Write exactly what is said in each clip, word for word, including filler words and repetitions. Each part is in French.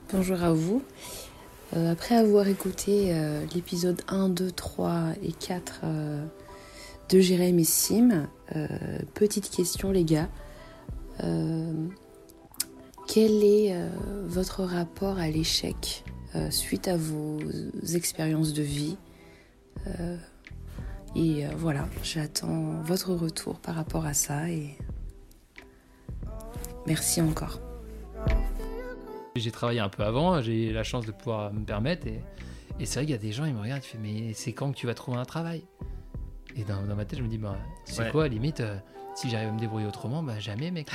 Bonjour à vous. Euh, après avoir écouté euh, l'épisode un, deux, trois et quatre euh, de Jérém et Sim, euh, petite question les gars. Euh, quel est euh, votre rapport à l'échec euh, suite à vos expériences de vie euh, Et euh, voilà, j'attends votre retour par rapport à ça et merci encore. J'ai travaillé un peu avant, j'ai eu la chance de pouvoir me permettre et, et c'est vrai qu'il y a des gens, ils me regardent, ils font mais c'est quand que tu vas trouver un travail? Et dans, dans ma tête, je me dis bah c'est Ouais. quoi, limite, euh, si j'arrive à me débrouiller autrement, bah jamais mec.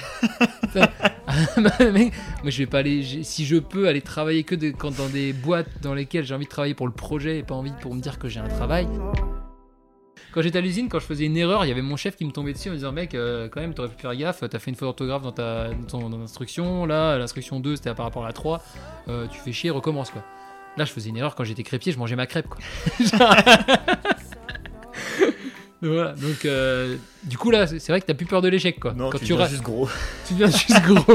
Mec, moi je vais pas aller, j'ai- si je peux aller travailler que de, quand, dans des boîtes dans lesquelles j'ai envie de travailler pour le projet et pas envie pour me dire que j'ai un travail. Quand j'étais à l'usine, quand je faisais une erreur, il y avait mon chef qui me tombait dessus en me disant mec, euh, quand même, t'aurais pu faire gaffe, t'as fait une faute d'orthographe dans ta dans ton dans l'instruction, là, l'instruction deux c'était par rapport à la trois, euh, tu fais chier, recommence quoi. Là, je faisais une erreur quand j'étais crépier, je mangeais ma crêpe quoi. Voilà, donc euh, du coup là, c'est c'est vrai que t'as plus peur de l'échec quoi. Non, quand tu tu deviens rates, juste gros. tu deviens juste gros.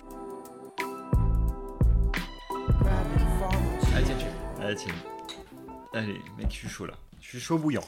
Allez, tiens, tiens. Allez, tiens. Allez, mec, je suis chaud là. Je suis chaud bouillant.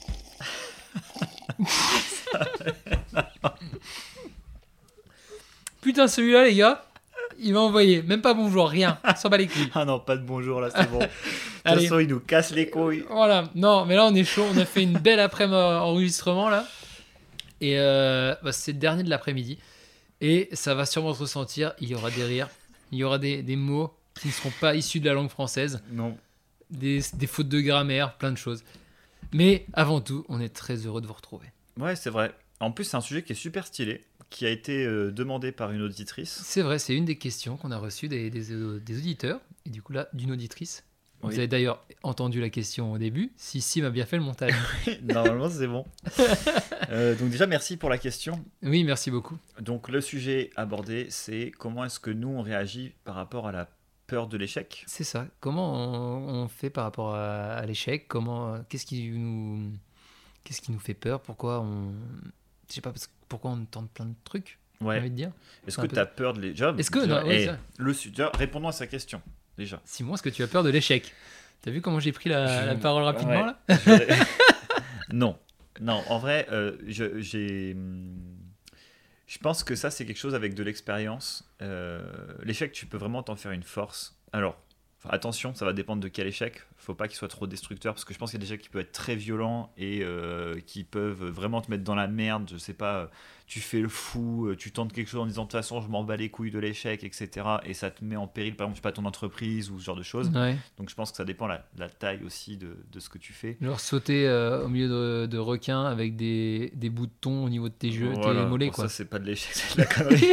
Putain, celui-là, les gars, il m'a envoyé, même pas bonjour, rien, s'en bat les couilles. Ah non, pas de bonjour là, c'est bon. De toute Allez. façon, il nous casse les couilles. Voilà, non, mais là on est chaud, on a fait une belle après-midi enregistrement là. Et euh, bah, c'est le dernier de l'après-midi. Et ça va sûrement se ressentir, il y aura des rires, il y aura des, des mots qui ne seront pas issus de la langue française, Non. des, des fautes de grammaire, plein de choses. Mais avant tout, on est très heureux de vous retrouver. Ouais, c'est vrai. En plus, c'est un sujet qui est super stylé, qui a été euh, demandé par une auditrice. C'est vrai, c'est une des questions qu'on a reçues des, des, des auditeurs, et du coup là, d'une auditrice. Oui. Vous avez d'ailleurs entendu la question au début, si Sim a bien fait le montage. Normalement, c'est bon. Euh, donc déjà, merci pour la question. Oui, merci beaucoup. Donc le sujet abordé, c'est comment est-ce que nous, on réagit par rapport à la peur de l'échec. C'est ça. Comment on, on fait par rapport à, à l'échec? Comment, euh, qu'est-ce qui nous, qu'est-ce qui nous fait peur? Pourquoi on, je sais pas, parce que- pourquoi on tente plein de trucs? J'ai Ouais. envie de dire. Est-ce C'est que un peu- tu as peur de l'échec? Est-ce que- Déjà, non, ouais, eh, ça. le su- déjà, répondons à sa question, déjà. Simon, est-ce que tu as peur de l'échec? T'as vu comment j'ai pris la, Je- la parole rapidement ouais. là? Je- non, non. En vrai, euh, je, j'ai, hum, je pense que ça, c'est quelque chose avec de l'expérience. Euh, l'échec, tu peux vraiment t'en faire une force. Alors, enfin, attention, ça va dépendre de quel échec. Faut pas qu'il soit trop destructeur, parce que je pense qu'il y a des échecs qui peuvent être très violents et euh, qui peuvent vraiment te mettre dans la merde. Je sais pas, euh, tu fais le fou, euh, tu tentes quelque chose en disant de toute façon, je m'en bats les couilles de l'échec, et cetera. Et ça te met en péril, par exemple, je sais pas, ton entreprise ou ce genre de choses. Ouais. Donc je pense que ça dépend la, la taille aussi de, de ce que tu fais. Genre sauter euh, au milieu de, de requins avec des, des boutons au niveau de tes jeux, Voilà. tes mollets Bon, quoi. Ça, c'est pas de l'échec, c'est de la connerie.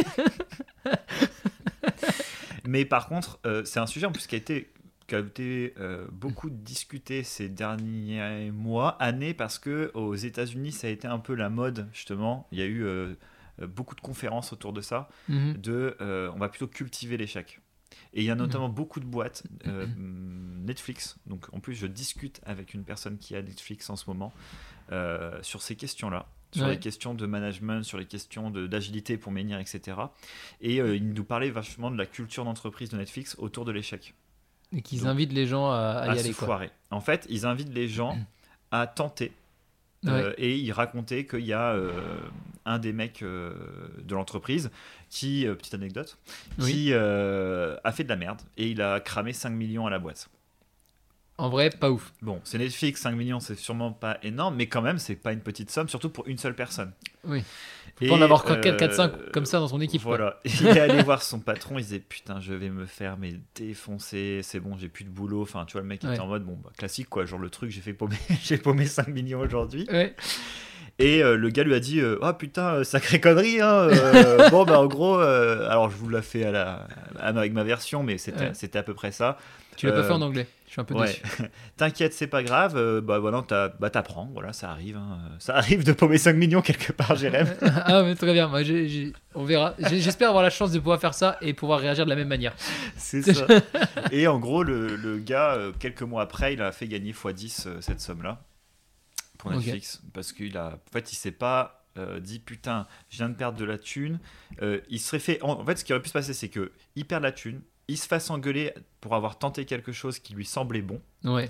Mais par contre, euh, c'est un sujet en plus qui a été, qui a été euh, beaucoup discuté ces derniers mois, années, parce que aux États-Unis, ça a été un peu la mode, justement. Il y a eu euh, euh, beaucoup de conférences autour de ça, Mhm. de euh, on va plutôt cultiver l'échec. Et il y a notamment beaucoup de boîtes, euh, Netflix. Donc en plus, je discute avec une personne qui a Netflix en ce moment euh, sur ces questions-là, sur Ouais. les questions de management, sur les questions de, d'agilité pour menhir, et cetera. Et euh, il nous parlait vachement de la culture d'entreprise de Netflix autour de l'échec, Et qu'ils Donc, invitent les gens à, à à y se aller quoi. foirer. En fait, ils invitent les gens à tenter. Ouais. Euh, et il racontait qu'il y a euh, un des mecs euh, de l'entreprise qui, euh, petite anecdote, Oui. qui euh, a fait de la merde et il a cramé cinq millions à la boîte. En vrai, pas ouf. Bon, c'est Netflix, cinq millions, c'est sûrement pas énorme, mais quand même, c'est pas une petite somme, surtout pour une seule personne. Oui. Faut Et, pas en avoir euh, quatre cinq comme ça dans son équipe. quoi. Voilà. Il est allé voir son patron, il disait putain, je vais me faire mais défoncer, c'est bon, j'ai plus de boulot. Enfin, tu vois, le mec Ouais. était en mode bon, bah, classique quoi, genre le truc, j'ai fait paumer, j'ai paumé cinq millions aujourd'hui. Ouais. Et euh, le gars lui a dit euh, ah putain, euh, sacrée connerie, hein. euh, bon, bah en gros, euh, alors je vous la fais à la, à- avec ma version, mais c'était, Ouais. c'était à peu près ça. Tu l'as pas Euh, fait en anglais. Je suis un peu Ouais. déçu. T'inquiète, c'est pas grave. euh, bah voilà, t'as, bah t'apprends. Voilà, ça arrive. hein. Ça arrive de paumer cinq millions quelque part, Jérém. Ah mais très bien. Moi, j'ai- j'ai- on verra. J'ai- J'espère avoir la chance de pouvoir faire ça et pouvoir réagir de la même manière. C'est ça. Et en gros, le, le gars, euh, quelques mois après, il a fait gagner fois dix euh, cette somme-là pour Ok. Netflix. Parce qu'il a, en fait, il s'est pas euh, dit putain, je viens de perdre de la thune. Euh, il serait fait. En, en fait, ce qui aurait pu se passer, c'est que il perd de la thune. il se fasse engueuler pour avoir tenté quelque chose qui lui semblait bon, Ouais.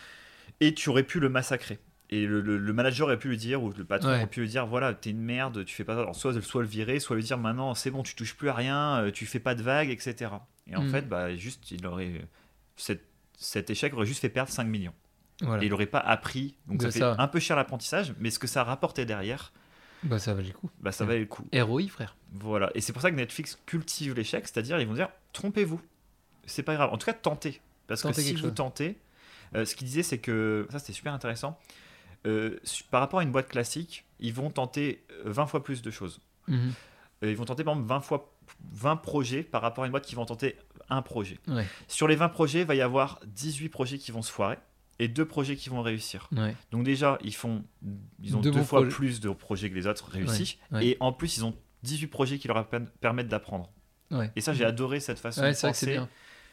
et tu aurais pu le massacrer. Et le, le, le manager aurait pu lui dire, ou le patron Ouais. aurait pu lui dire, voilà, t'es une merde, tu fais pas ça. Alors, soit, soit le virer, soit lui dire, maintenant, c'est bon, tu touches plus à rien, euh, tu fais pas de vagues, et cetera. Et en Mm. fait, bah, juste, il aurait, cet, cet échec aurait juste fait perdre cinq millions. Voilà. Et il aurait pas appris. Donc, De ça fait ça. un peu cher l'apprentissage, mais ce que ça rapportait derrière, Bah, ça valait le coup. bah, ça Mm. valait le coup. R O I, frère. Voilà. Et c'est pour ça que Netflix cultive l'échec, c'est-à-dire, ils vont dire, trompez-vous. C'est pas grave. En tout cas, tentez. Parce Tentez que si quelque vous chose. tentez, euh, ce qu'il disait, c'est que, ça c'était super intéressant, euh, su- par rapport à une boîte classique, ils vont tenter euh, vingt fois plus de choses. Mhm. Euh, ils vont tenter par exemple vingt fois vingt projets par rapport à une boîte qui vont tenter un projet. Ouais. Sur les vingt projets, il va y avoir dix-huit projets qui vont se foirer et deux projets qui vont réussir. Ouais. Donc déjà, ils font ils ont Deux deux, bons fois projets. plus de projets que les autres réussis. Ouais, ouais. Et en plus, ils ont dix-huit projets qui leur per- permettent d'apprendre. Ouais. Et ça, j'ai adoré cette façon Ouais, de c'est vrai que c'est penser bien.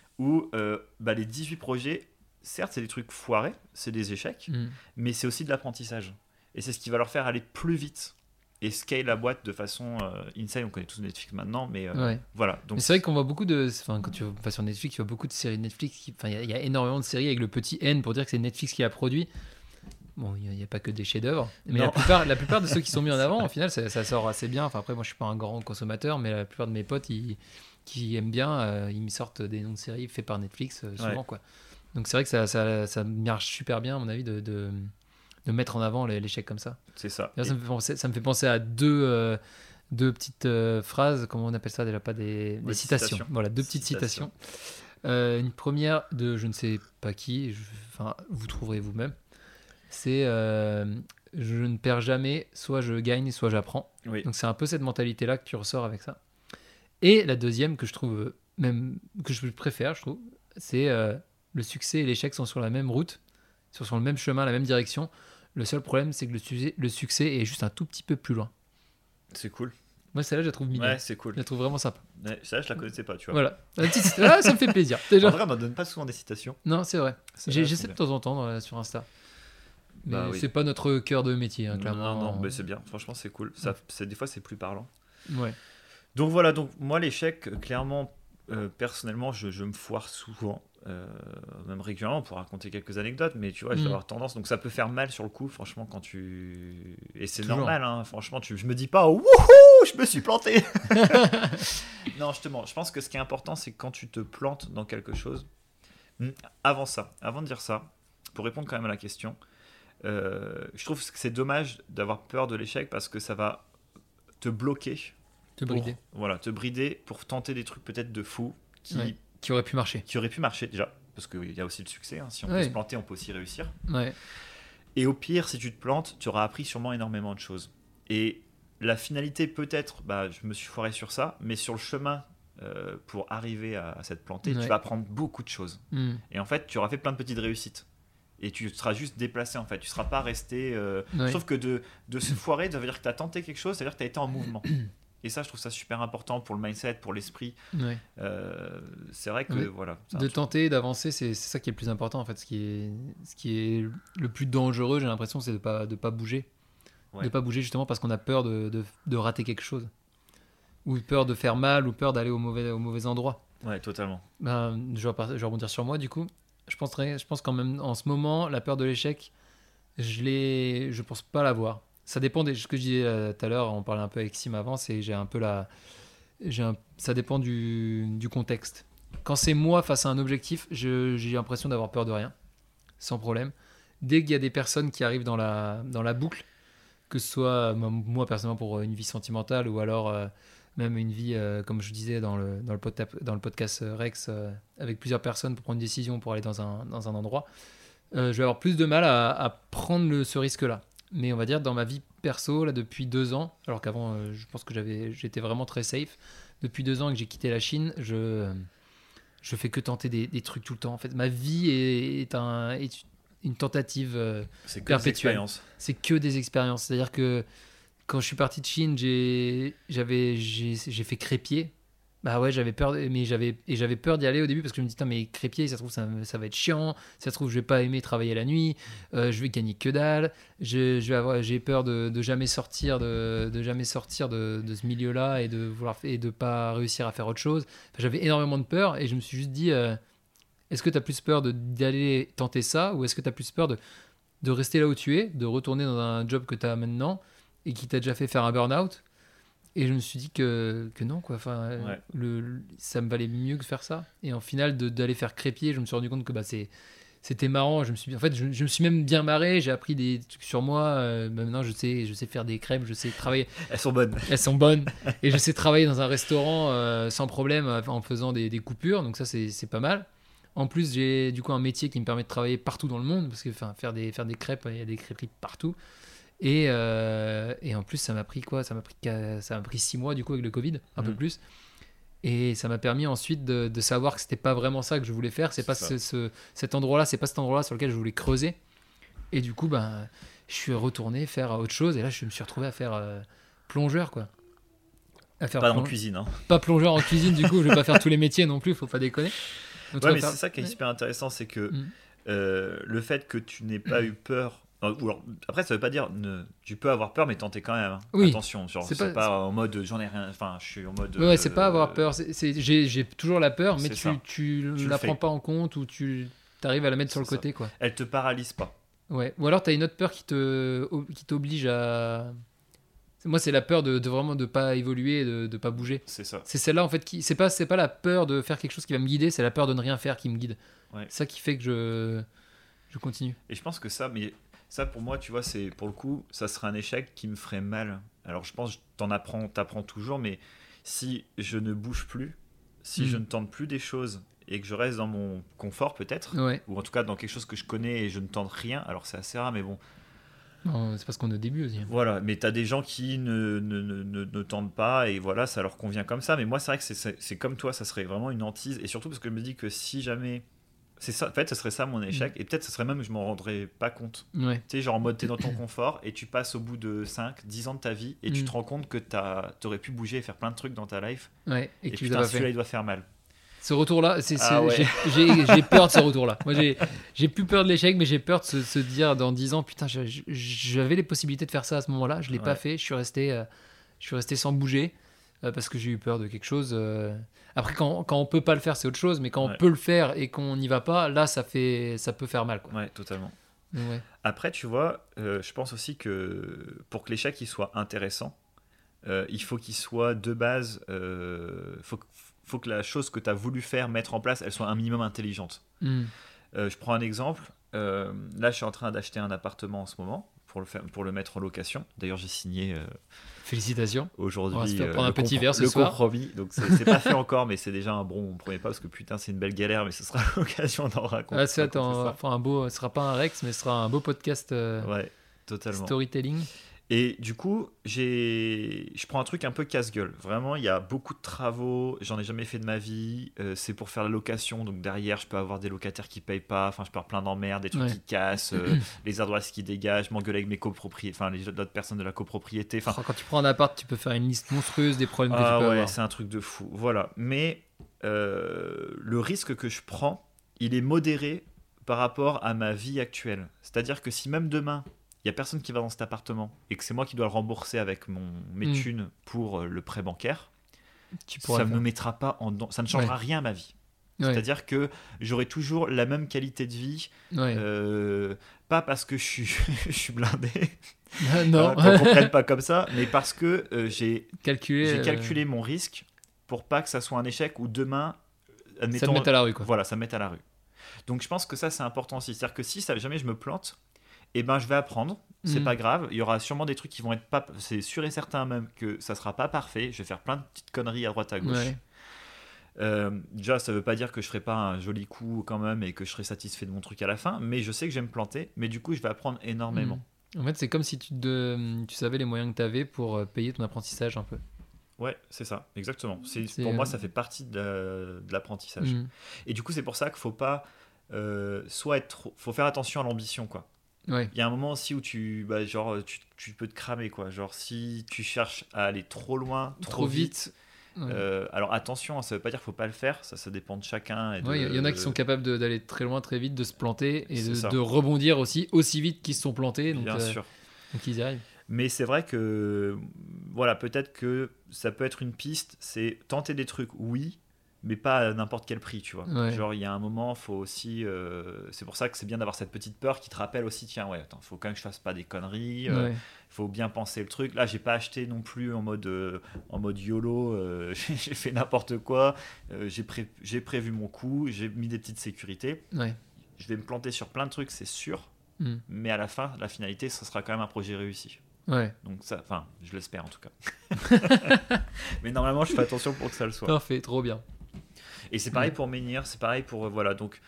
où euh, bah, les dix-huit projets, certes, c'est des trucs foirés, c'est des échecs, Mm. mais c'est aussi de l'apprentissage. Et c'est ce qui va leur faire aller plus vite et scale la boîte de façon euh, insane. On connaît tous Netflix maintenant, mais euh, Ouais. voilà. Donc Mais c'est vrai qu'on voit beaucoup de. Enfin, quand tu vas sur Netflix, tu vois beaucoup de séries Netflix. qui- Enfin, il y a- il y, a énormément de séries avec le petit N pour dire que c'est Netflix qui a produit. Bon, il n'y a, a pas que des chefs-d'œuvre. Mais la Non. plupart, la plupart de ceux qui sont mis en avant, au final, ça, ça sort assez bien. Enfin, après, moi, je suis pas un grand consommateur, mais la plupart de mes potes ils, qui aiment bien, euh, ils me sortent des noms de séries faits par Netflix, euh, souvent, Ouais. quoi. Donc, c'est vrai que ça, ça, ça marche super bien, à mon avis, de, de, de mettre en avant les- l'échec comme ça. c'est ça. D'ailleurs, ça, Et- me fait penser, ça me fait penser à deux, euh, deux petites euh, phrases, comment on appelle ça déjà, pas des, des Ouais, citations. citations. Voilà, deux petites Citations. citations. Euh, une première de je ne sais pas qui, je- enfin, vous trouverez vous-même. C'est euh, je ne perds jamais, soit je gagne, soit j'apprends. Oui. Donc c'est un peu cette mentalité-là que tu ressors avec ça. Et la deuxième que je trouve euh, même que je préfère, je trouve, c'est euh, le succès et l'échec sont sur la même route, sont sur le même chemin, la même direction. Le seul problème, c'est que le, succès- le succès est juste un tout petit peu plus loin. C'est cool. Moi, celle-là, je la trouve mignonne. Ouais, c'est cool. Je la trouve vraiment sympa. Ouais, ça, je la connaissais pas, tu vois. Voilà. La petite- ah, ça me fait plaisir. Déjà. En vrai, on m'en donne pas souvent des citations. Non, c'est vrai. Celles-là, J'ai- elles J'essaie sont de bien. temps en temps dans la- sur Insta. Mais Bah oui. c'est pas notre cœur de métier, hein, Non, clairement. non, non, mais c'est bien. Franchement, c'est cool. Ça, c'est, des fois, c'est plus parlant. Ouais. Donc voilà, donc moi l'échec, euh, clairement, euh, personnellement, je, je me foire souvent, euh, même régulièrement pour raconter quelques anecdotes, mais tu vois, je Mm. vais avoir tendance, donc ça peut faire mal sur le coup, franchement, quand tu... Et c'est Toujours. normal, hein, franchement, tu... je me dis pas, wouhou, je me suis planté. Non, justement, je pense que ce qui est important, c'est que quand tu te plantes dans quelque chose, hmm, avant ça, avant de dire ça, pour répondre quand même à la question, euh, je trouve que c'est dommage d'avoir peur de l'échec parce que ça va te bloquer. Te Pour- brider. voilà, te brider pour tenter des trucs peut-être de fou qui, Ouais. Qui aurait pu marcher. qui auraient pu marcher déjà. Parce qu'il y a aussi le succès. Hein. Si on Ouais. peut se planter, on peut aussi réussir. Ouais. Et au pire, si tu te plantes, tu auras appris sûrement énormément de choses. Et la finalité, peut-être, bah, je me suis foiré sur ça, mais sur le chemin euh, pour arriver à, à cette plantée, Ouais. tu vas apprendre beaucoup de choses. Mm. Et en fait, tu auras fait plein de petites réussites. Et tu seras juste déplacé en fait. Tu seras pas resté. euh, Ouais. Sauf que de, de se foirer, ça veut dire que tu as tenté quelque chose, ça veut dire que tu as été en mouvement. Et ça, je trouve ça super important pour le mindset, pour l'esprit. Ouais. Euh, c'est vrai que Ouais. voilà. c'est un De truc- tenter, d'avancer, c'est c'est ça qui est le plus important en fait. Ce qui est, ce qui est le plus dangereux, j'ai l'impression, c'est de pas de pas bouger, Ouais. de pas bouger justement parce qu'on a peur de, de, de rater quelque chose, ou peur de faire mal, ou peur d'aller au mauvais au mauvais endroit. Ouais, totalement. Ben, je, vais repart- je vais rebondir sur moi du coup. Je penserais, je pense qu'en même en ce moment, la peur de l'échec, je l'ai, je pense pas l'avoir. Ça dépend des ce que je disais euh, tout à l'heure. On parlait un peu avec Sim avant, c'est j'ai un peu la, j'ai un- ça dépend du, du contexte. Quand c'est moi face à un objectif, je- j'ai l'impression d'avoir peur de rien, sans problème. Dès qu'il y a des personnes qui arrivent dans la, dans la boucle, que ce soit moi personnellement pour une vie sentimentale ou alors euh, même une vie, euh, comme je disais dans le, dans le, pod- dans le podcast euh, Rex, euh, avec plusieurs personnes pour prendre une décision pour aller dans un, dans un endroit, euh, je vais avoir plus de mal à, à prendre le, ce risque-là. Mais on va dire dans ma vie perso, là, depuis deux ans, alors qu'avant, euh, je pense que j'avais, j'étais vraiment très safe, depuis deux ans que j'ai quitté la Chine, je, je fais que tenter des, des trucs tout le temps. En fait, ma vie est, est, un, est une tentative... euh, C'est que des Perpétuel. expériences. c'est que des expériences. C'est-à-dire que quand je suis parti de Chine, j'ai, j'avais, j'ai, j'ai fait crépier. Bah ouais, j'avais peur, mais j'avais et j'avais peur d'y aller au début parce que je me dis, mais crépier, ça se trouve ça, ça va être chiant, ça se trouve je vais pas aimer travailler la nuit, euh, je vais gagner que dalle, je, je vais avoir, j'ai peur de, de jamais sortir de, de jamais sortir de, de ce milieu-là et de vouloir et de pas réussir à faire autre chose. Enfin, j'avais énormément de peur et je me suis juste dit, euh, est-ce que tu as plus peur de, d'aller tenter ça ou est-ce que tu as plus peur de, de rester là où tu es, de retourner dans un job que tu as maintenant et qui t'a déjà fait faire un burn-out? Et je me suis dit que, que non, quoi. Enfin, Ouais. le, le- ça me valait mieux que faire ça. Et en final, de, d'aller faire crépier, je me suis rendu compte que bah, c'est, c'était marrant. Je me suis, en fait, je, je me suis même bien marré. J'ai appris des trucs sur moi. Euh, bah, maintenant, je sais, je sais faire des crêpes, je sais travailler. Elles sont bonnes. Elles sont bonnes. Et je sais travailler dans un restaurant euh, sans problème euh, en faisant des, des coupures. Donc ça, c'est, c'est pas mal. En plus, j'ai du coup un métier qui me permet de travailler partout dans le monde. Parce que enfin, faire, des, faire des crêpes, il y a des crêperies partout. Et, euh, et en plus, ça m'a pris quoi? Ça m'a pris, qu'à- ça m'a pris six mois du coup avec le Covid, un peu Mhm. plus. Et ça m'a permis ensuite de, de savoir que c'était pas vraiment ça que je voulais faire. C'est, C'est pas ça. ce, ce- cet endroit-là, c'est pas cet endroit-là sur lequel je voulais creuser. Et du coup, ben, je suis retourné faire autre chose. Et là, je me suis retrouvé à faire euh, plongeur, quoi. À faire Pas en plong- cuisine. Hein. pas plongeur en cuisine, du coup, je vais pas faire tous les métiers non plus, faut pas déconner. Donc, Ouais, on va mais faire- c'est ça qui est Ouais. super intéressant, c'est que Mm. euh, le fait que tu n'aies pas eu peur. euh, Ou alors, après, ça veut pas dire ne, tu peux avoir peur, mais tenter quand même. Hein. Oui. Attention, genre C'est c'est pas- pas, en mode j'en ai rien. Enfin, je suis en mode. Ouais, ouais, c'est pas euh, avoir peur. C'est, c'est- j'ai, j'ai toujours la peur, mais C'est tu, ça. tu, Tu le la fais. prends pas en compte ou tu arrives à la mettre sur le C'est ça. côté, quoi. Elle te paralyse pas. Ouais. Ou alors, tu as une autre peur qui, te, qui t'oblige à. Moi, c'est la peur de, de vraiment de pas évoluer, de, de pas bouger. C'est ça. C'est celle-là, en fait, qui. C'est pas, c'est pas la peur de faire quelque chose qui va me guider, c'est la peur de ne rien faire qui me guide. Ouais. C'est ça qui fait que je, je continue. Et je pense que ça, mais ça pour moi, tu vois, c'est pour le coup, ça serait un échec qui me ferait mal. Alors je pense que t'en apprends, t'apprends toujours, mais si je ne bouge plus, si Mm. je ne tente plus des choses et que je reste dans mon confort peut-être, Ouais. ou en tout cas dans quelque chose que je connais et je ne tente rien, alors c'est assez rare, mais bon, Non, c'est parce qu'on est au début aussi. voilà. Mais t'as des gens qui ne, ne, ne, ne, ne tentent pas et voilà, ça leur convient comme ça. Mais moi, c'est vrai que c'est, c'est, c'est comme toi, ça serait vraiment une hantise et surtout parce que je me dis que si jamais. C'est ça, en fait, ce serait ça mon échec, et peut-être ce serait même, je m'en rendrais pas compte. Ouais. Tu sais, genre en mode t'es dans ton confort et tu passes au bout de cinq, dix ans de ta vie et tu Mm. te rends compte que t'as, t'aurais pu bouger et faire plein de trucs dans ta life. Ouais. Et, Et, que tu l'as putain, pas fait. celui-là il doit faire mal. Ce retour-là, c'est, c'est- Ah ouais. j'ai, j'ai, j'ai peur de ce retour-là. Moi, j'ai, j'ai plus peur de l'échec, mais j'ai peur de se, se dire dans dix ans, putain, je- je- j'avais les possibilités de faire ça à ce moment-là, je l'ai pas Ouais. fait, je suis resté, euh, je suis resté sans bouger euh, parce que j'ai eu peur de quelque chose. euh. Après, quand, quand on peut pas le faire, c'est autre chose, mais quand Ouais. on peut le faire et qu'on n'y va pas, là, ça fait, ça peut faire mal, quoi. Ouais, totalement. Donc, ouais. Après, tu vois, euh, je pense aussi que pour que l'échec il soit intéressant, euh, il faut qu'il soit de base. Euh, faut, que- faut que la chose que tu as voulu faire, mettre en place, elle soit un minimum intelligente. Mm. Euh, je prends un exemple. Euh, là, je suis en train d'acheter un appartement en ce moment pour le, faire, pour le mettre en location. D'ailleurs, j'ai signé euh, Félicitations. aujourd'hui On va se faire euh, prendre un le petit compro- verre ce le soir. compromis. Donc, c'est c'est pas fait encore, mais c'est déjà un bon premier pas parce que putain, c'est une belle galère, mais ce sera l'occasion d'en raconter. Ah, c'est, raconter attends, ça. enfin, un beau, ce sera pas un Rex, mais ce sera un beau podcast euh, Ouais, totalement. storytelling. Et du coup, j'ai, je prends un truc un peu casse-gueule. Vraiment, il y a beaucoup de travaux. J'en ai jamais fait de ma vie. Euh, c'est pour faire la location. Donc derrière, je peux avoir des locataires qui payent pas. Enfin, je peux avoir plein d'emmerdes, des trucs Ouais. qui cassent, euh, les ardoises qui dégagent, m'engueuler avec mes copropriétaires, enfin les autres personnes de la copropriété. Enfin, Oh, quand tu prends un appart, tu peux faire une liste monstrueuse des problèmes que ah tu peux ouais, avoir. c'est un truc de fou. Voilà. Mais euh, le risque que je prends, il est modéré par rapport à ma vie actuelle. C'est-à-dire que si même demain, il y a personne qui va dans cet appartement et que c'est moi qui dois le rembourser avec mon, mes Mm. thunes pour euh, le prêt bancaire, Tu pourras ça le ne faire. me mettra pas en dan- ça ne changera Ouais. rien à ma vie. Ouais. C'est-à-dire que j'aurai toujours la même qualité de vie, Ouais. euh, pas parce que je suis, je suis blindé, Ah, non, hein, qu'on ne comprenne pas comme ça, mais parce que euh, j'ai calculer. j'ai euh, calculé mon risque pour pas que ça soit un échec ou demain, Ça admettons, me met à la rue, quoi. voilà, ça me mette à la rue. Donc je pense que ça c'est important aussi. C'est-à-dire que si ça, jamais je me plante, eh ben je vais apprendre. C'est Mm. pas grave. Il y aura sûrement des trucs qui vont être pas. C'est sûr et certain même que ça sera pas parfait. Je vais faire plein de petites conneries à droite à gauche. Ouais. Euh, déjà, ça veut pas dire que je ferai pas un joli coup quand même et que je serai satisfait de mon truc à la fin. Mais je sais que je vais me planter. Mais du coup, je vais apprendre énormément. Mm. En fait, c'est comme si tu, de, tu savais les moyens que tu avais pour euh, payer ton apprentissage un peu. Ouais, c'est ça, exactement. C'est, C'est, pour moi, euh, ça fait partie de, de l'apprentissage. Mm. Et du coup, c'est pour ça qu'il faut pas euh, soit être, trop- faut faire attention à l'ambition, quoi. Ouais. Il y a un moment aussi où tu, bah, genre, tu, tu peux te cramer, quoi. Genre, si tu cherches à aller trop loin, trop, Trop vite, vite. Ouais. Euh, alors attention, ça veut pas dire qu'il faut pas le faire, ça, ça dépend de chacun. Il ouais, y, y en a qui sont capables de, d'aller très loin, très vite, de se planter et de, de rebondir aussi aussi vite qu'ils se sont plantés. Donc, Bien euh, sûr. Donc ils y arrivent. Mais c'est vrai que, voilà, peut-être que ça peut être une piste, c'est tenter des trucs, oui, mais pas à n'importe quel prix, tu vois. Ouais. Genre, il y a un moment, faut aussi. Euh, c'est pour ça que c'est bien d'avoir cette petite peur qui te rappelle aussi, tiens, ouais, attends, faut quand même que je fasse pas des conneries. Euh, Ouais. Faut bien penser le truc. Là, j'ai pas acheté non plus en mode, euh, en mode YOLO. Euh, j'ai fait n'importe quoi. Euh, j'ai, pré- j'ai prévu mon coup. J'ai mis des petites sécurités. Ouais. Je vais me planter sur plein de trucs, c'est sûr. Mm. Mais à la fin, la finalité, ça sera quand même un projet réussi. Ouais. Donc ça, enfin, je l'espère en tout cas. Mais normalement, je fais attention pour que ça le soit. Parfait, trop bien. Et c'est pareil Ouais. pour Menhir, c'est pareil pour euh, voilà. Donc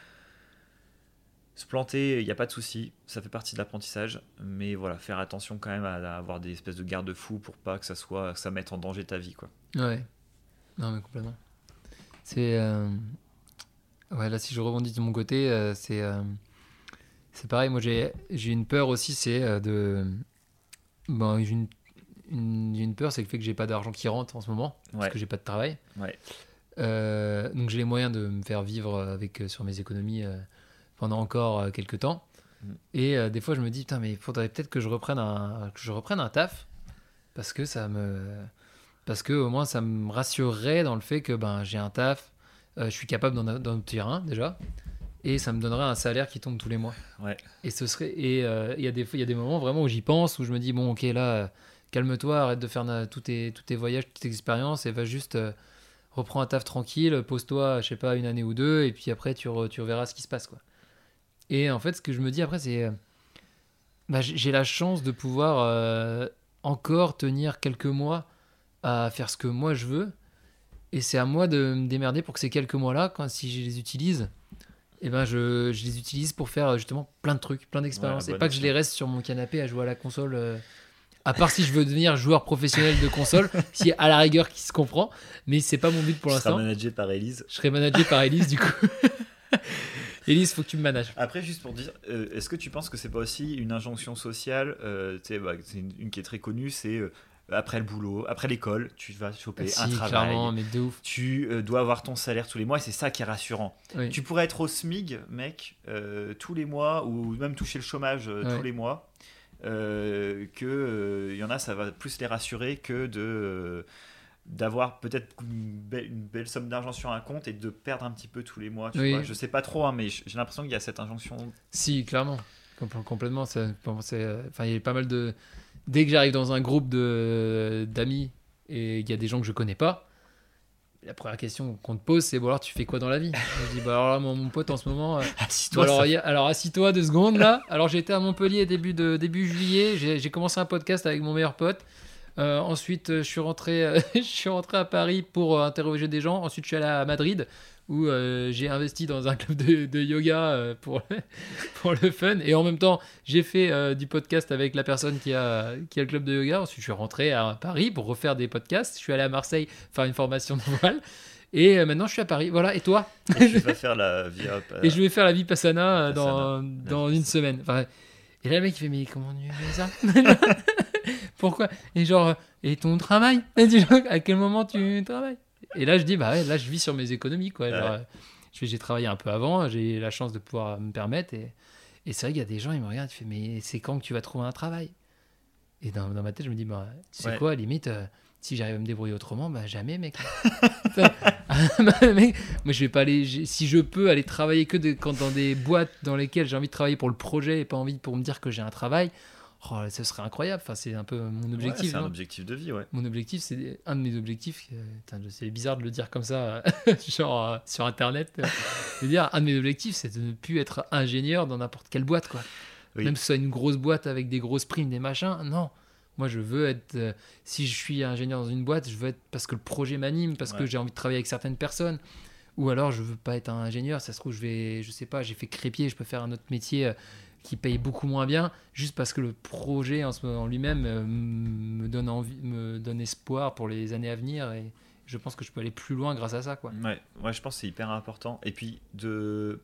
se planter, il n'y a pas de souci, ça fait partie de l'apprentissage. Mais voilà, faire attention quand même à, à avoir des espèces de garde-fous pour pas que ça soit, que ça mette en danger ta vie, quoi. Ouais. Non mais complètement. C'est euh... ouais, là si je rebondis de mon côté, euh, c'est euh... c'est pareil. Moi j'ai j'ai une peur aussi, c'est euh, de bon, j'ai une, une, j'ai une peur, c'est le fait que j'ai pas d'argent qui rentre en ce moment parce Ouais. que j'ai pas de travail. Ouais. Euh, donc j'ai les moyens de me faire vivre avec euh, sur mes économies euh, pendant encore euh, quelques temps. Mm. Et euh, des fois je me dis putain mais il faudrait peut-être que je reprenne un que je reprenne un taf parce que ça me parce que au moins ça me rassurerait dans le fait que ben j'ai un taf, euh, je suis capable d'en d'en obtenir un déjà et ça me donnerait un salaire qui tombe tous les mois. Ouais. Et ce serait et euh, il y a des fois il y a des moments vraiment où j'y pense où je me dis bon ok là euh, calme-toi, arrête de faire na- tous tes tous tes voyages, toutes tes expériences et va juste euh, reprends un taf tranquille, pose-toi, je sais pas, une année ou deux, et puis après, tu, re- tu reverras ce qui se passe, quoi. Et en fait, ce que je me dis après, c'est... euh, bah, j'ai j'ai la chance de pouvoir euh, encore tenir quelques mois à faire ce que moi je veux, et c'est à moi de me démerder pour que ces quelques mois-là, quand, si je les utilise, eh ben je, je les utilise pour faire justement plein de trucs, plein d'expériences, Ouais, et bonne pas que je option. les reste sur mon canapé à jouer à la console... euh, à part si je veux devenir joueur professionnel de console, si à la rigueur qui se comprend, mais c'est pas mon but pour Tu seras l'instant. managé par Élise. Je serai managé par Élise du coup. Élise, faut que tu me manages. Après, juste pour dire, euh, est-ce que tu penses que c'est pas aussi une injonction sociale euh, tu sais, bah, c'est une, une qui est très connue, c'est euh, après le boulot, après l'école, tu vas choper Si, un travail. clairement, mais de ouf. Tu euh, dois avoir ton salaire tous les mois et c'est ça qui est rassurant. Oui. Tu pourrais être au SMIG, mec, euh, tous les mois ou même toucher le chômage euh, Ouais. tous les mois. Euh, que euh, y en a, ça va plus les rassurer que de euh, d'avoir peut-être une belle, une belle somme d'argent sur un compte et de perdre un petit peu tous les mois. Tu Oui. vois. Je sais pas trop, hein, mais j- j'ai l'impression qu'il y a cette injonction. Si, clairement. Com- Complètement. ça- c'est, euh, Enfin, il y a pas mal de. Dès que j'arrive dans un groupe de, d'amis et il y a des gens que je connais pas, la première question qu'on te pose, c'est bon, alors tu fais quoi dans la vie? Je dis, bah alors là, mon, mon pote en ce moment. euh, Assis-toi, Bon, alors, ça- il y a- alors assis-toi deux secondes là. Alors j'étais à Montpellier début, de, début juillet. J'ai, j'ai commencé un podcast avec mon meilleur pote. Euh, ensuite, euh, je suis rentré, euh, je suis rentré à Paris pour euh, interroger des gens. Ensuite, je suis allé à Madrid où euh, j'ai investi dans un club de, de yoga euh, pour, pour le fun. Et en même temps, j'ai fait euh, du podcast avec la personne qui a, qui a le club de yoga. Ensuite, je suis rentré à Paris pour refaire des podcasts. Je suis allé à Marseille faire une formation de voile. Et euh, maintenant, je suis à Paris. Voilà. Et toi? Et tu vas faire la vie up, euh, Et je vais faire la Vipassana euh, dans, Vipassana. dans une semaine. Enfin, et là, le mec, il fait, mais comment tu fais ça? Pourquoi? Et genre, euh, et ton travail? Et dis, genre, à quel moment tu travailles? Et là, je dis, bah ouais, là, je vis sur mes économies, quoi. Genre, Ouais. euh, je fais- j'ai travaillé un peu avant, j'ai la chance de pouvoir me permettre. Et, et c'est vrai qu'il y a des gens, ils me regardent, ils font, mais c'est quand que tu vas trouver un travail? Et dans, dans ma tête, je me dis, bah, tu sais Ouais. quoi, limite, euh, si j'arrive à me débrouiller autrement, bah jamais, mec. Putain. Bah, mec, moi, je vais pas aller. j'ai- Si je peux aller travailler que de- quand dans des boîtes dans lesquelles j'ai envie de travailler pour le projet et pas envie pour me dire que j'ai un travail, oh, ce serait incroyable. Enfin, c'est un peu mon ouais, objectif. c'est un non objectif de vie, ouais. Mon objectif, c'est un de mes objectifs. euh, putain, c'est bizarre de le dire comme ça, genre euh, sur internet. euh, de dire un de mes objectifs, c'est de ne plus être ingénieur dans n'importe quelle boîte, quoi. Oui. Même si ce soit une grosse boîte avec des grosses primes, des machins, non. Moi, je veux être. euh, si je suis ingénieur dans une boîte, je veux être parce que le projet m'anime, parce que Ouais. j'ai envie de travailler avec certaines personnes. Ou alors, je veux pas être un ingénieur. Ça se trouve, je vais. Je sais pas, j'ai fait crépier, je peux faire un autre métier euh, qui paye beaucoup moins bien, juste parce que le projet en, ce- en lui-même euh, me donne envie, me donne espoir pour les années à venir. Et je pense que je peux aller plus loin grâce à ça, quoi. Ouais, ouais, je pense que c'est hyper important. Et puis de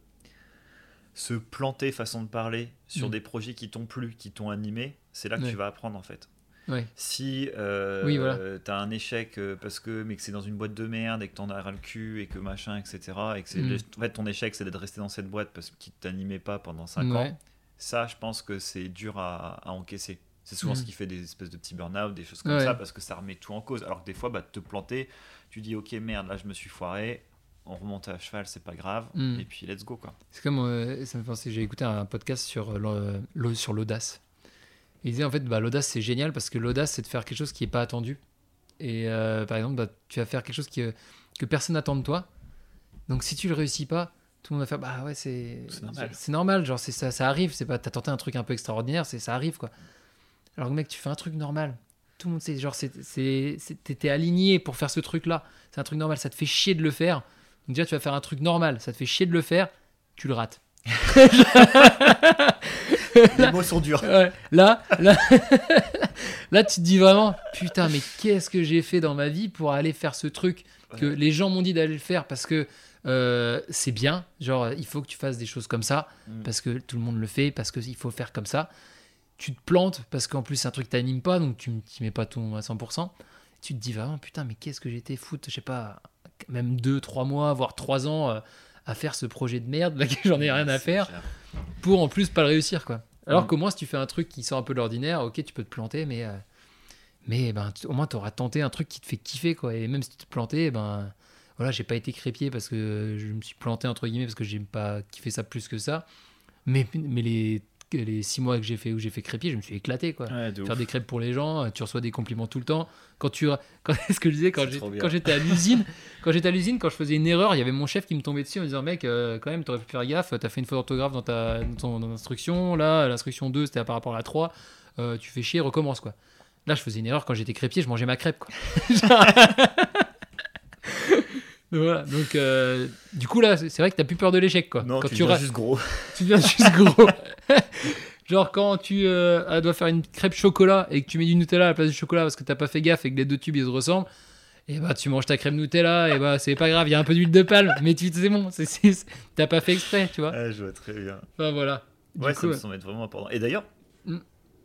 se planter, façon de parler, sur Mm. des projets qui t'ont plu, qui t'ont animé, c'est là que Ouais. tu vas apprendre en fait. Ouais. Si euh, Oui, voilà. t'as un échec euh, parce que, mais que c'est dans une boîte de merde et que t'en as ras le cul et que machin, et cetera. Et que c'est, Mm. le- en fait, ton échec, c'est d'être resté dans cette boîte parce qu'il t'animait pas pendant cinq Ouais. ans. Ça, je pense que c'est dur à, à encaisser. C'est souvent Mm. ce qui fait des espèces de petits burn-out, des choses comme Ouais. ça, parce que ça remet tout en cause. Alors que des fois, bah, te planter, tu dis ok, merde, là je me suis foiré, on remonte à cheval, c'est pas grave, Mm. et puis let's go quoi. C'est comme, euh, ça me fait penser, j'ai écouté un podcast sur, euh, le- sur l'audace. Il disait en fait, bah, l'audace c'est génial parce que l'audace c'est de faire quelque chose qui n'est pas attendu. Et euh, par exemple, bah, tu vas faire quelque chose qui, euh, que personne n'attend de toi. Donc si tu le réussis pas, tout le monde va faire bah ouais, c'est, C'est normal. c'est normal, genre c'est, ça, ça arrive. C'est pas, t'as tenté un truc un peu extraordinaire, c'est, ça arrive quoi. Alors que mec, tu fais un truc normal. Tout le monde sait, genre c'est, c'est, c'est, t'es aligné pour faire ce truc là. C'est un truc normal, ça te fait chier de le faire. Donc déjà, tu vas faire un truc normal, ça te fait chier de le faire, tu le rates. Les mots sont durs. Ouais, là, là, là, tu te dis vraiment, putain, mais qu'est-ce que j'ai fait dans ma vie pour aller faire ce truc que Ouais. les gens m'ont dit d'aller le faire parce que euh, c'est bien, genre il faut que tu fasses des choses comme ça, Mm. parce que tout le monde le fait, parce qu'il faut le faire comme ça. Tu te plantes parce qu'en plus c'est un truc qui t'anime pas, donc tu n'y mets pas tout à cent pour cent. Tu te dis vraiment, putain, mais qu'est-ce que j'ai été foutre, je sais pas, même deux, trois mois, voire trois ans euh, à faire ce projet de merde là que j'en ai rien à C'est faire clair. pour en plus pas le réussir quoi. Alors Mm. qu'au moins si tu fais un truc qui sort un peu de l'ordinaire, ok tu peux te planter mais, euh, mais ben, tu- au moins tu auras tenté un truc qui te fait kiffer quoi. Et même si tu te plantais, ben voilà, j'ai pas été crépier parce que je me suis planté entre guillemets parce que j'ai pas kiffé ça plus que ça. Mais, mais les, les six mois que j'ai fait où j'ai fait crépier, je me suis éclaté quoi. Ouais, de Faire ouf. des crêpes pour les gens, tu reçois des compliments tout le temps. Quand tu, quand, ce que je disais quand, C'est j'ai- trop bien. quand j'étais à l'usine, quand j'étais à l'usine, quand je faisais une erreur, il y avait mon chef qui me tombait dessus en me disant mec, euh, quand même, t'aurais pu faire gaffe, t'as fait une faute d'orthographe dans ta dans ton dans l'instruction, là, l'instruction deux c'était par rapport à la trois, euh, tu fais chier, recommence quoi. Là, je faisais une erreur quand j'étais crépier, je mangeais ma crêpe quoi. Voilà, donc euh, du coup là, c'est c'est vrai que t'as plus peur de l'échec quoi. Non, quand tu tu deviens ra- juste gros. tu deviens juste gros. Genre quand tu euh, dois faire une crêpe chocolat et que tu mets du Nutella à la place du chocolat parce que t'as pas fait gaffe et que les deux tubes ils se ressemblent, et bah tu manges ta crème Nutella et bah c'est pas grave, il y a un peu d'huile de palme, mais tu c'est bon, c'est, c'est, c'est- t'as pas fait exprès, tu vois. Ouais, je vois très bien. Enfin voilà. Du Ouais, coup, ça me ouais. semble être vraiment important. Et d'ailleurs, Mm.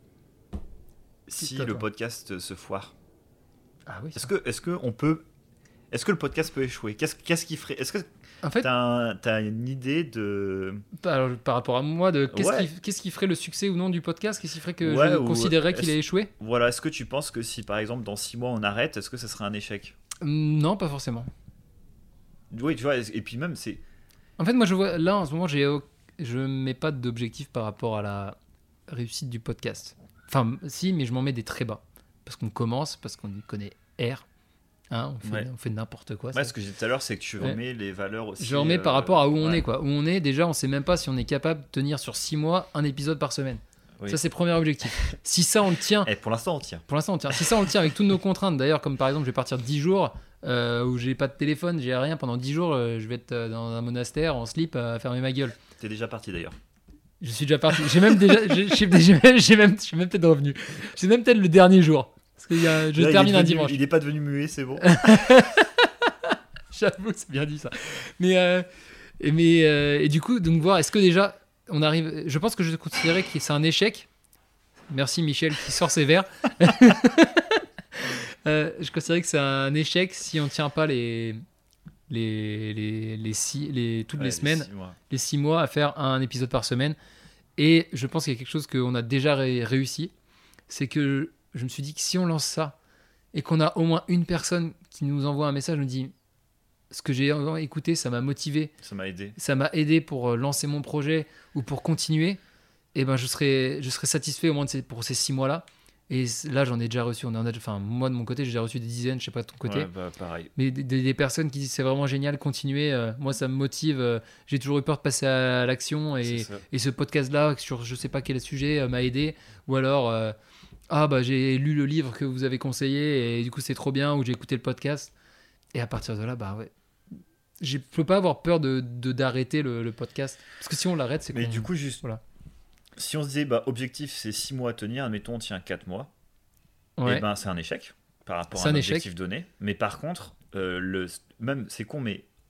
si Toi, le toi. podcast se foire, Ah oui. est-ce que, est-ce que on peut, est-ce que le podcast peut échouer? Qu'est-ce, qu'est-ce qui ferait? Est-ce que En fait, t'as, un- t'as une idée de alors, par rapport à moi, de qu'est-ce, Ouais. qui, qu'est-ce qui ferait le succès ou non du podcast? Qu'est-ce qui ferait que Ouais, je ou considérerais qu'il est-ce- a échoué? Voilà, est-ce que tu penses que si par exemple dans six mois on arrête, est-ce que ça serait un échec? Non, pas forcément. Oui, tu vois, et puis même c'est. En fait, moi, je vois là en ce moment, j'ai, au- je mets pas d'objectif par rapport à la réussite du podcast. Enfin, si, mais je m'en mets des très bas parce qu'on commence, parce qu'on y connaît R. Hein, on, fait, Ouais. on fait n'importe quoi. Ouais, ça. ce que j'ai dit tout à l'heure, c'est que tu Ouais. remets les valeurs aussi. Je remets par euh, rapport à où on ouais. est, quoi. Où on est, déjà, on sait même pas si on est capable de tenir sur six mois un épisode par semaine. Oui. Ça, c'est le premier objectif. Si ça, on le tient, Et pour l'instant, on tient. pour l'instant, on tient. Si ça, on le tient avec toutes nos contraintes, d'ailleurs, comme par exemple, je vais partir dix jours euh, où j'ai pas de téléphone, j'ai rien pendant dix jours, euh, je vais être euh, dans un monastère en slip à fermer ma gueule. T'es déjà parti d'ailleurs. Je suis déjà parti. J'ai même déjà, j'ai, j'ai, j'ai même, j'ai même, je suis même peut-être revenu. C'est même peut-être le dernier jour. Parce que il y a- je Là, il termine est un devenu- dimanche. Il n'est pas devenu muet, c'est bon. J'avoue, c'est bien dit ça. Mais, euh, et, mais euh, et du coup, donc voir, est-ce que déjà, on arrive. Je pense que je considérais que c'est un échec. Merci Michel qui sort ses verres. Euh, je considérais que c'est un échec si on ne tient pas les, les, les, les, six, les toutes Ouais, les semaines, six mois. les six mois à faire un épisode par semaine. Et je pense qu'il y a quelque chose qu'on a déjà ré- réussi. C'est que je me suis dit que si on lance ça et qu'on a au moins une personne qui nous envoie un message, nous dit ce que j'ai écouté, ça m'a motivé, Ça m'a aidé. ça m'a aidé pour euh, lancer mon projet ou pour continuer, et ben je serais, je serais satisfait au moins de ces- pour ces six mois-là. Et c- là, j'en ai déjà reçu. On en a, enfin, moi de mon côté, j'ai déjà reçu des dizaines, je sais pas de ton côté. Ouais, bah, pareil. Mais des, des- des personnes qui disent c'est vraiment génial, continuez. euh, moi, ça me motive. euh, j'ai toujours eu peur de passer à l'action et, C'est ça. et ce podcast-là sur je sais pas quel sujet euh, m'a aidé. Ou alors euh, ah bah j'ai lu le livre que vous avez conseillé et du coup c'est trop bien. Ou j'ai écouté le podcast. Et à partir de là, bah ouais, je peux pas avoir peur de de- d'arrêter le, le podcast parce que si on l'arrête, c'est Mais qu'on- du coup, juste. Voilà. Si on se disait, bah, objectif, c'est six mois à tenir, admettons, on tient quatre mois, ouais. et ben c'est un échec par rapport C'est à un, un objectif échec. donné. Mais par contre, euh, le, même, c'est con, mais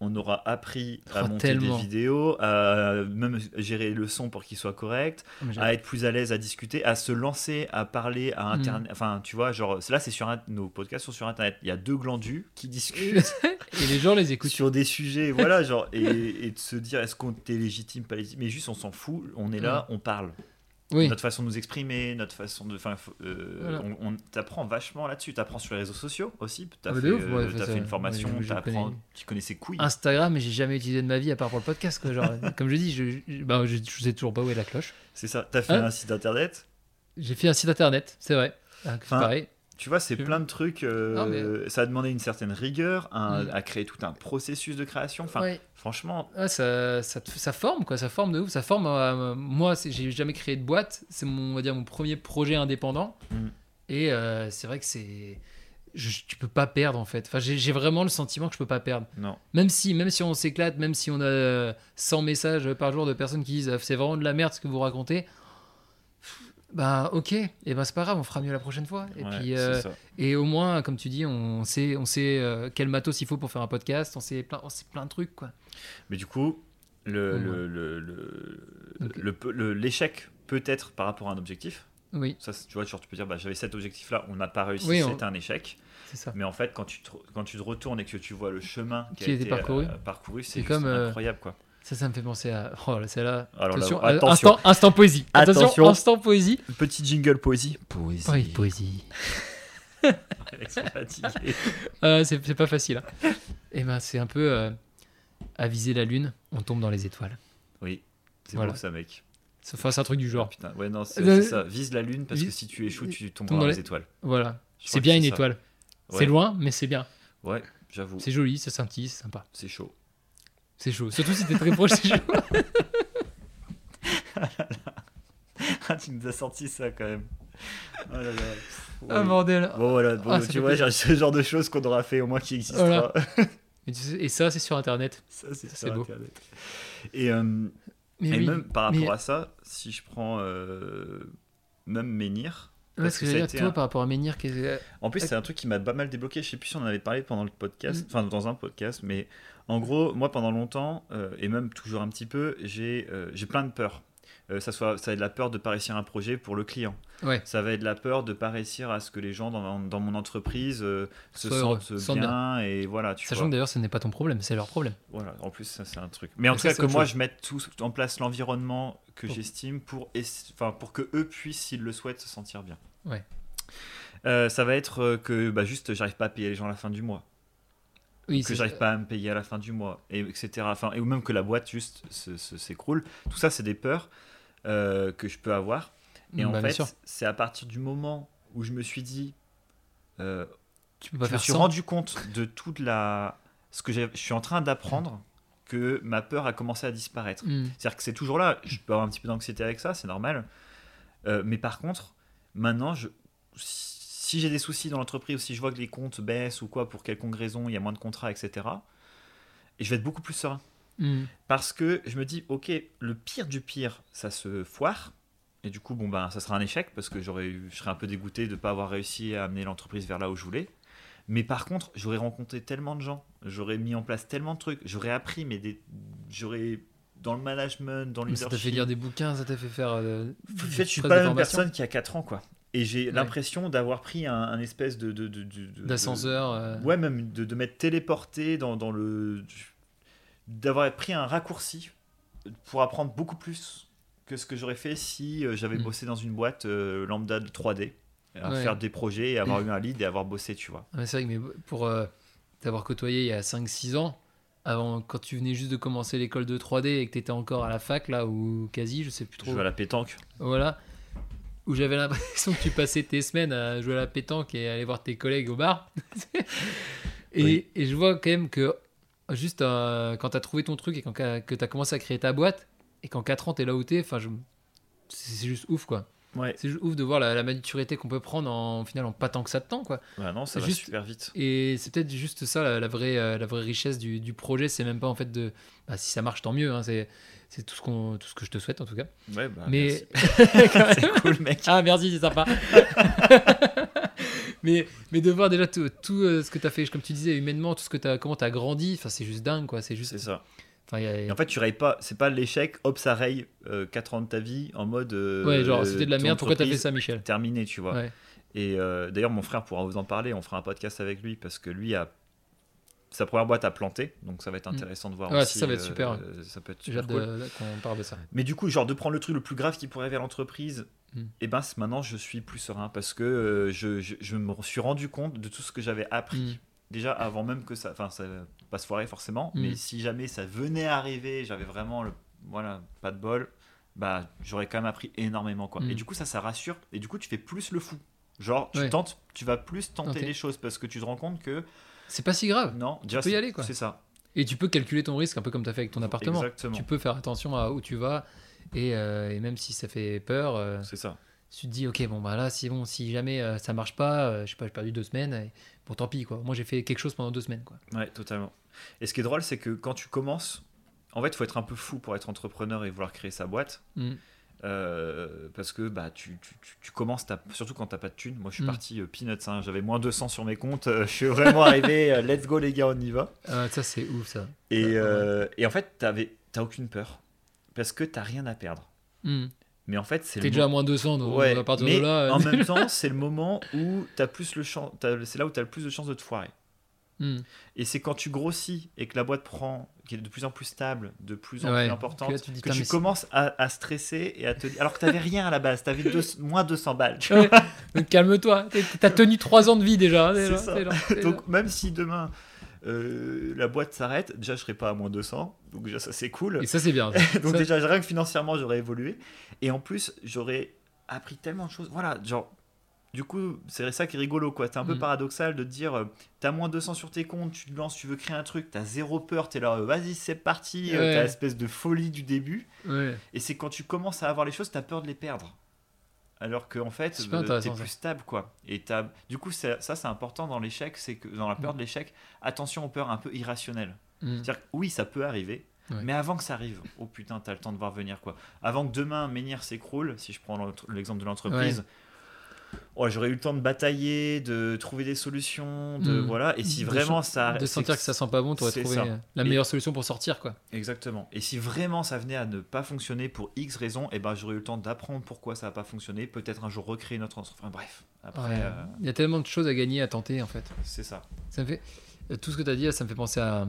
on aura appris à Oh, monter tellement. des vidéos, à même gérer le son pour qu'il soit correct, Oh, mais à être plus à l'aise à discuter, à se lancer, à parler à Mm. internet. Enfin, tu vois, genre là, c'est sur un- nos podcasts sont sur internet. Il y a deux glandus qui discutent Et les gens les écoutent. sur des sujets, voilà, genre et, et de se dire est-ce qu'on est légitime, pas légitime, mais juste on s'en fout. On est là, on parle. Oui. Notre façon de nous exprimer, notre façon de. Enfin, faut- euh, Voilà. on, on t'apprend vachement là-dessus. T'apprends sur les réseaux sociaux aussi. T'as Ah bah fait, de ouf, euh, ouais, t'as ça, fait une formation, ouais, je t'apprends, connais. tu connais ses couilles. Instagram, mais j'ai jamais utilisé de ma vie à part pour le podcast. Quoi. Genre, comme je dis, je, je, bah, je, je sais toujours pas où est la cloche. C'est ça. T'as fait Hein un site internet. J'ai fait un site internet, c'est vrai. Ah, Enfin, pareil. Tu vois, c'est Je- plein de trucs. euh, Non, mais- Ça a demandé une certaine rigueur, un- Mm. à créer tout un processus de création. Enfin, Ouais. franchement, Ouais, ça, ça, te- ça forme, quoi. Ça forme de ouf. Ça forme. euh, moi, c'est- j'ai jamais créé de boîte. C'est mon, on va dire, mon premier projet indépendant. Mm. Et euh, c'est vrai que c'est. Je, tu peux pas perdre en fait. Enfin, j'ai j'ai vraiment le sentiment que je peux pas perdre. non. Même si, même si on s'éclate, même si on a euh, cent messages par jour de personnes qui disent euh, c'est vraiment de la merde ce que vous racontez, bah ok, et ben c'est pas grave, on fera mieux la prochaine fois. Et Ouais, puis c'est euh, ça. et au moins, comme tu dis, on sait, on sait euh, quel matos il faut pour faire un podcast, on sait plein, on sait plein de trucs quoi. Mais du coup, le, Ouais. le, le, le- Ok. le peu- le- l'échec peut être par rapport à un objectif. Oui, Ça, c'est- tu vois, genre, tu peux dire, bah, j'avais cet objectif-là, on n'a pas réussi, Oui, on- c'est un échec. c'est ça. Mais en fait, quand tu te, quand tu te retournes et que tu vois le chemin qui, Qui a a été été parcouru. euh, parcouru, c'est C'est juste comme, euh, incroyable, quoi. Ça, ça me fait penser à. Oh là, c'est là. Alors là, attention, attention. euh, Instant, instant poésie. Attention, Attention. instant poésie. Petit jingle poésie. Poésie. Oui, poésie. Alex est fatigué. Euh, c'est c'est pas facile. Hein. Et ben, c'est un peu euh, à viser la lune, on tombe dans les étoiles. Oui, c'est Voilà. beau ça, mec. C'est enfin, c'est un truc du genre. Putain, ouais, non, c'est Euh, c'est ça. Vise la lune parce que vis- si tu échoues, tu tombes tombe dans dans les les- étoiles. Voilà. Je crois C'est que bien une ça. étoile. Ouais. C'est loin, mais c'est bien. Ouais, j'avoue. C'est joli, ça scintille, c'est sympa. C'est chaud. C'est chaud. Surtout si t'es très proche, c'est chaud. Ah, tu nous as sorti ça quand même. Oh là là. Pff, Ah oui. bordel. Bon voilà, bon, Ah, ça tu fait vois, plaisir. genre, ce genre de choses qu'on aura fait au moins qui existera. Voilà. Et, tu sais- et ça, c'est sur internet. Ça, c'est Ça, sur c'est beau. Internet. Et, euh, Mais et oui. même par rapport mais- à ça, si je prends euh, même Menhir, Ouais, parce ce que que j'allais ça a dire, été toi, un- par rapport à Menhir, qu'est- en plus Ah. c'est un truc qui m'a pas mal débloqué, je sais plus si on en avait parlé pendant le podcast, Mm. enfin dans un podcast, mais en gros, moi pendant longtemps, euh, et même toujours un petit peu, j'ai euh, j'ai plein de peurs. Euh, ça, soit, ça va être la peur de ne pas réussir un projet pour le client. Ouais. Ça va être la peur de ne pas réussir à ce que les gens dans, dans mon entreprise euh, se Soient heureux, sentent se sentent bien, et voilà. Tu Sachant vois. que d'ailleurs, ce n'est pas ton problème, c'est leur problème. Voilà, en plus, ça c'est un truc. Mais en Mais tout ça, cas, c'est que autre moi chose. je mette tout en place l'environnement que Pour- j'estime pour, es- enfin, pour que eux puissent, s'ils le souhaitent, se sentir bien. Ouais. Euh, ça va être euh, que bah, juste j'arrive pas à payer les gens à la fin du mois, Oui, que c'est- j'arrive pas à me payer à la fin du mois, et, etc. Enfin, et ou même que la boîte juste se- se- s'écroule. Tout ça, c'est des peurs euh, que je peux avoir. Et Bah, en bien fait, sûr. c'est à partir du moment où je me suis dit, euh, Tu peux pas je me faire suis sans. rendu compte de toute la, ce que j'ai- je suis en train d'apprendre, que ma peur a commencé à disparaître. Hmm. C'est-à-dire que c'est toujours là. Je peux avoir un petit peu d'anxiété avec ça, c'est normal. Euh, mais par contre, maintenant, je, si j'ai des soucis dans l'entreprise, ou si je vois que les comptes baissent ou quoi, pour quelconque raison, il y a moins de contrats, et cetera. Et je vais être beaucoup plus serein. Hmm. Parce que je me dis, ok, le pire du pire, ça se foire. Et du coup, bon, ben, ça sera un échec parce que j'aurais eu- je serais un peu dégoûté de ne pas avoir réussi à amener l'entreprise vers là où je voulais. Mais par contre, j'aurais rencontré tellement de gens, j'aurais mis en place tellement de trucs, j'aurais appris, mais des, j'aurais dans le management, dans le Mais ça t'a fait leadership. lire des bouquins, ça t'a fait faire. Euh, En fait, je suis presque pas des la même formations. personne qu'il y a quatre ans, quoi. Et j'ai Ouais. l'impression d'avoir pris un, un espèce de, de, de, de- de- D'ascenseur. euh, Ouais, même de, de m'être téléporté dans, dans le. D'avoir pris un raccourci pour apprendre beaucoup plus que ce que j'aurais fait si euh, j'avais Mm. bossé dans une boîte euh, lambda de trois D, à Ouais. faire des projets et avoir eu un lead et avoir bossé, tu vois. Ouais, c'est vrai que mais pour euh, t'avoir côtoyé il y a cinq six ans, avant, quand tu venais juste de commencer l'école de trois D et que t'étais encore à la fac, là, ou quasi, je sais plus Je trop. joue à la pétanque. Voilà. Où j'avais l'impression que tu passais tes semaines à jouer à la pétanque et aller voir tes collègues au bar. et, Oui. et je vois quand même que juste euh, quand t'as trouvé ton truc et quand, que t'as commencé à créer ta boîte et qu'en quatre ans t'es là où t'es, enfin, je... c'est c'est juste ouf, quoi. Ouais. C'est juste ouf de voir la, la maturité qu'on peut prendre en, au final en pas tant que ça de temps, quoi. Ouais, non, ça C'est va juste- super vite. Et c'est peut-être juste ça la, la vraie, euh, la vraie richesse du, du projet. C'est même pas en fait de. Bah, si ça marche, tant mieux. Hein, c'est c'est tout, ce qu'on- tout ce que je te souhaite en tout cas. Ouais, bah, Mais. merci. C'est cool, mec. Ah, merci, c'est sympa. mais, mais de voir déjà tout, tout euh, ce que tu as fait, comme tu disais, humainement, tout ce que t'as, comment tu as grandi, c'est juste dingue, quoi. C'est juste. C'est ça. Y a, y a... Et en fait, tu rayes pas, c'est pas l'échec, hop, ça raye euh, quatre ans de ta vie en mode. Euh, ouais, genre, c'était de la merde, pourquoi t'as fait ça, Michel? Terminé, tu vois. Ouais. Et euh, d'ailleurs, mon frère pourra vous en parler, on fera un podcast avec lui parce que lui a. Sa première boîte a planté, donc ça va être intéressant de voir ouais, aussi. Ça va être euh, super. Euh, ça peut être super J'ai hâte cool. de, qu'on parle de ça. Mais du coup, genre de prendre le truc le plus grave qui pourrait arriver à l'entreprise, mm. et ben maintenant je suis plus serein parce que euh, je, je, je me suis rendu compte de tout ce que j'avais appris. Mm. Déjà avant même que ça, enfin ça va pas se foirer forcément, mm. mais si jamais ça venait à arriver, j'avais vraiment le, voilà, pas de bol, bah j'aurais quand même appris énormément quoi. Mm. Et du coup ça, ça rassure. Et du coup tu fais plus le fou. Genre tu ouais. tentes, tu vas plus tenter Tenter. les choses parce que tu te rends compte que c'est pas si grave. Non, tu déjà, peux y aller quoi. C'est ça. Et tu peux calculer ton risque un peu comme tu as fait avec ton appartement. Exactement. Tu peux faire attention à où tu vas et, euh, et même si ça fait peur. Euh, c'est ça. Tu te dis ok bon bah là si bon si jamais euh, ça marche pas, euh, je sais pas j'ai perdu deux semaines. Et, bon tant pis quoi. Moi j'ai fait quelque chose pendant deux semaines quoi. Ouais totalement. Et ce qui est drôle c'est que quand tu commences, en fait il faut être un peu fou pour être entrepreneur et vouloir créer sa boîte. Mm. Euh, parce que bah, tu, tu, tu, tu commences, surtout quand tu n'as pas de thunes. Moi je suis mm. parti euh, peanuts, hein, j'avais moins deux cents sur mes comptes. Euh, je suis vraiment arrivé, euh, let's go les gars, on y va. Euh, ça c'est ouf ça. Et, ça, euh, et en fait, tu n'as aucune peur parce que tu n'as rien à perdre. Mm. Mais en fait, c'est T'es déjà mo- à moins deux cents, donc ouais, à partir mais de là. En même temps, c'est le moment où t'as plus le chance, c'est là où tu as le plus de chances de te foirer. Mm. Et c'est quand tu grossis et que la boîte prend, qui est de plus en plus stable, de plus en ouais, plus importante, que, tu, dis, que tu commences à, à stresser et à te alors que tu n'avais rien à la base, tu avais deux, moins deux cents balles. Tu ouais. Donc calme-toi, tu as tenu trois ans de vie déjà. C'est déjà, ça. Déjà, déjà. Donc même si demain euh, la boîte s'arrête, déjà je serai pas à moins deux cents, donc déjà ça c'est cool. Et ça c'est bien. Donc ça... déjà rien que financièrement j'aurais évolué et en plus j'aurais appris tellement de choses. Voilà, genre. Du coup, c'est ça qui est rigolo, quoi. C'est un peu mmh. paradoxal de te dire, euh, t'as moins deux cents sur tes comptes, tu te lances, tu veux créer un truc, t'as zéro peur, t'es là, euh, vas-y, c'est parti, ouais. euh, t'as l'espèce de folie du début. Ouais. Et c'est quand tu commences à avoir les choses, t'as peur de les perdre. Alors qu'en fait, euh, t'es plus stable, quoi. Et t'as... Du coup, c'est... ça, c'est important dans l'échec, c'est que dans la peur mmh. de l'échec, attention aux peurs un peu irrationnelles. Mmh. C'est-à-dire que oui, ça peut arriver. Ouais. Mais avant que ça arrive, oh putain, t'as le temps de voir venir, quoi. Avant que demain, Menhir s'écroule, si je prends l'exemple de l'entreprise, ouais. Oh, j'aurais eu le temps de batailler, de trouver des solutions, de mmh. voilà. Et si de vraiment ch- ça, de sentir que ça sent pas bon, t'aurais trouvé ça. La meilleure et... solution pour sortir, quoi. Exactement. Et si vraiment ça venait à ne pas fonctionner pour X raisons, et eh ben j'aurais eu le temps d'apprendre pourquoi ça a pas fonctionné. Peut-être un jour recréer notre entreprise. Enfin bref. Après, ouais. euh... il y a tellement de choses à gagner, à tenter, en fait. C'est ça. Ça me fait tout ce que t'as dit, ça me fait penser à,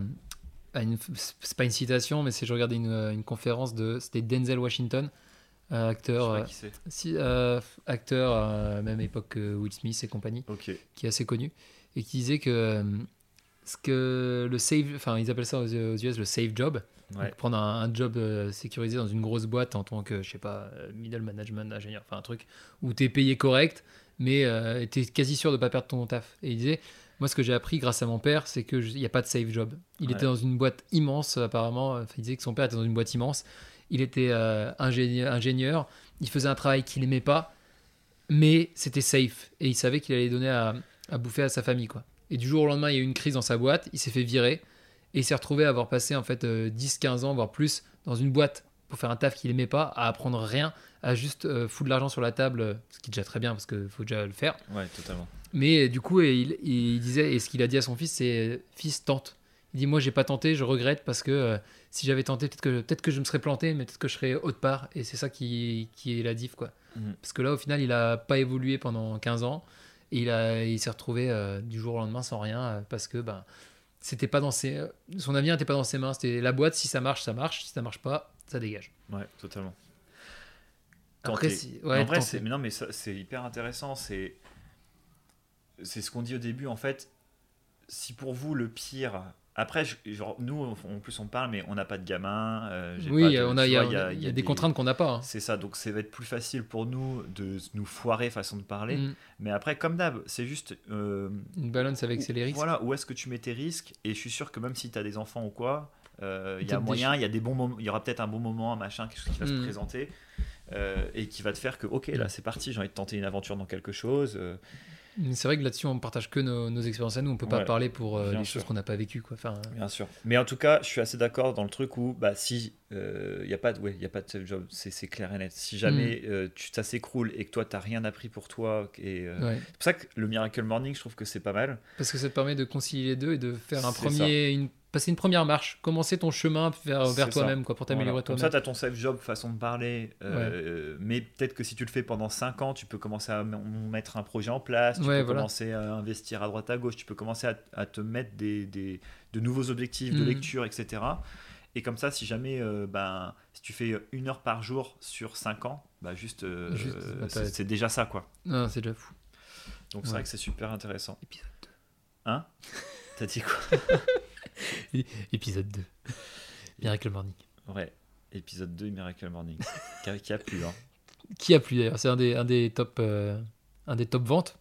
à une. C'est pas une citation, mais c'est je regardais une, une conférence de, c'était Denzel Washington. Euh, acteur, euh, si, euh, acteur euh, même époque que Will Smith et compagnie, okay. qui est assez connu et qui disait que euh, ce que le save, enfin ils appellent ça aux, aux U S le save job, ouais. donc prendre un, un job euh, sécurisé dans une grosse boîte en tant que je sais pas middle management ingénieur, enfin un truc où t'es payé correct, mais euh, t'es quasi sûr de pas perdre ton taf. Et il disait moi ce que j'ai appris grâce à mon père, c'est que il y a pas de save job. Il ouais. était dans une boîte immense apparemment. Enfin, il disait que son père était dans une boîte immense. Il était euh, ingénieur, ingénieur, il faisait un travail qu'il n'aimait pas, mais c'était safe. Et il savait qu'il allait donner à, à bouffer à sa famille, quoi. Et du jour au lendemain, il y a eu une crise dans sa boîte, il s'est fait virer, et il s'est retrouvé à avoir passé en fait, euh, dix quinze ans, voire plus, dans une boîte pour faire un taf qu'il n'aimait pas, à apprendre rien, à juste euh, foutre de l'argent sur la table, ce qui est déjà très bien, parce qu'il faut déjà le faire. Ouais, totalement. Mais du coup, il, il disait, et ce qu'il a dit à son fils, c'est « Fils, tente ». Il dit, moi, j'ai pas tenté, je regrette parce que euh, si j'avais tenté, peut-être que, peut-être que je me serais planté, mais peut-être que je serais autre part. Et c'est ça qui, qui est la diff, quoi. Mmh. Parce que là, au final, il a pas évolué pendant quinze ans et il, a, il s'est retrouvé euh, du jour au lendemain sans rien euh, parce que ben, c'était pas dans ses, euh, son avenir n'était pas dans ses mains. C'était la boîte, si ça marche, ça marche. Si ça marche pas, ça dégage. Ouais, totalement. Après, si, ouais, en vrai, c'est, mais non, mais ça, c'est hyper intéressant. C'est, c'est ce qu'on dit au début, en fait. Si pour vous, le pire... Après, genre, nous, en plus, on parle, mais on n'a pas de gamin. Euh, j'ai oui, pas de, on a, il y, vois, y, y, y a des, des contraintes qu'on n'a pas. Hein. C'est ça, donc ça va être plus facile pour nous de nous foirer, façon de parler. Mm. Mais après, comme d'hab, c'est juste... Euh, une balance avec où, les risques. Voilà, où est-ce que tu mets tes risques ? Et je suis sûr que même si tu as des enfants ou quoi, il euh, y a moyen, il y a des bons moments, il y aura peut-être un bon moment, un machin, quelque chose qui va mm. se présenter euh, et qui va te faire que, ok, là, c'est parti, j'ai envie de tenter une aventure dans quelque chose. Euh, Mais c'est vrai que là-dessus, on partage que nos, nos expériences à nous. On peut pas Ouais, parler pour euh, bien les sûr. choses qu'on n'a pas vécues, quoi. Enfin, euh, Bien sûr. Mais en tout cas, je suis assez d'accord dans le truc où, bah, si il euh, n'y a pas de, ouais, y a pas de safe job, c'est, c'est clair et net. Si jamais euh, tu, ça s'écroule et que toi, tu n'as rien appris pour toi, et, euh, ouais. c'est pour ça que le Miracle Morning, je trouve que c'est pas mal. Parce que ça te permet de concilier les deux et de faire un C'est premier, une, passer une première marche, commencer ton chemin vers, vers C'est toi-même, ça. quoi, pour Voilà. t'améliorer Comme ça, toi-même. tu as ton safe job, façon de parler. euh, Mais peut-être que si tu le fais pendant cinq ans, tu peux commencer à m- mettre un projet en place, tu Ouais, peux voilà. commencer à investir à droite à gauche, tu peux commencer à, à te mettre des, des, de nouveaux objectifs de Mhm. lecture, et cetera. Et comme ça, si jamais euh, ben, si tu fais une heure par jour sur cinq ans, bah juste, euh, Juste, bah, c'est, t'as- c'est déjà ça, quoi. Non, c'est déjà fou. Donc c'est Ouais. vrai que c'est super intéressant. Épisode Hein T'as dit quoi? deux. Épisode deux. Miracle Morning. Ouais, épisode deux, Miracle Morning. qui, a, qui a plu, hein. Qui a plu d'ailleurs? C'est un des, un des top, euh, un des top ventes.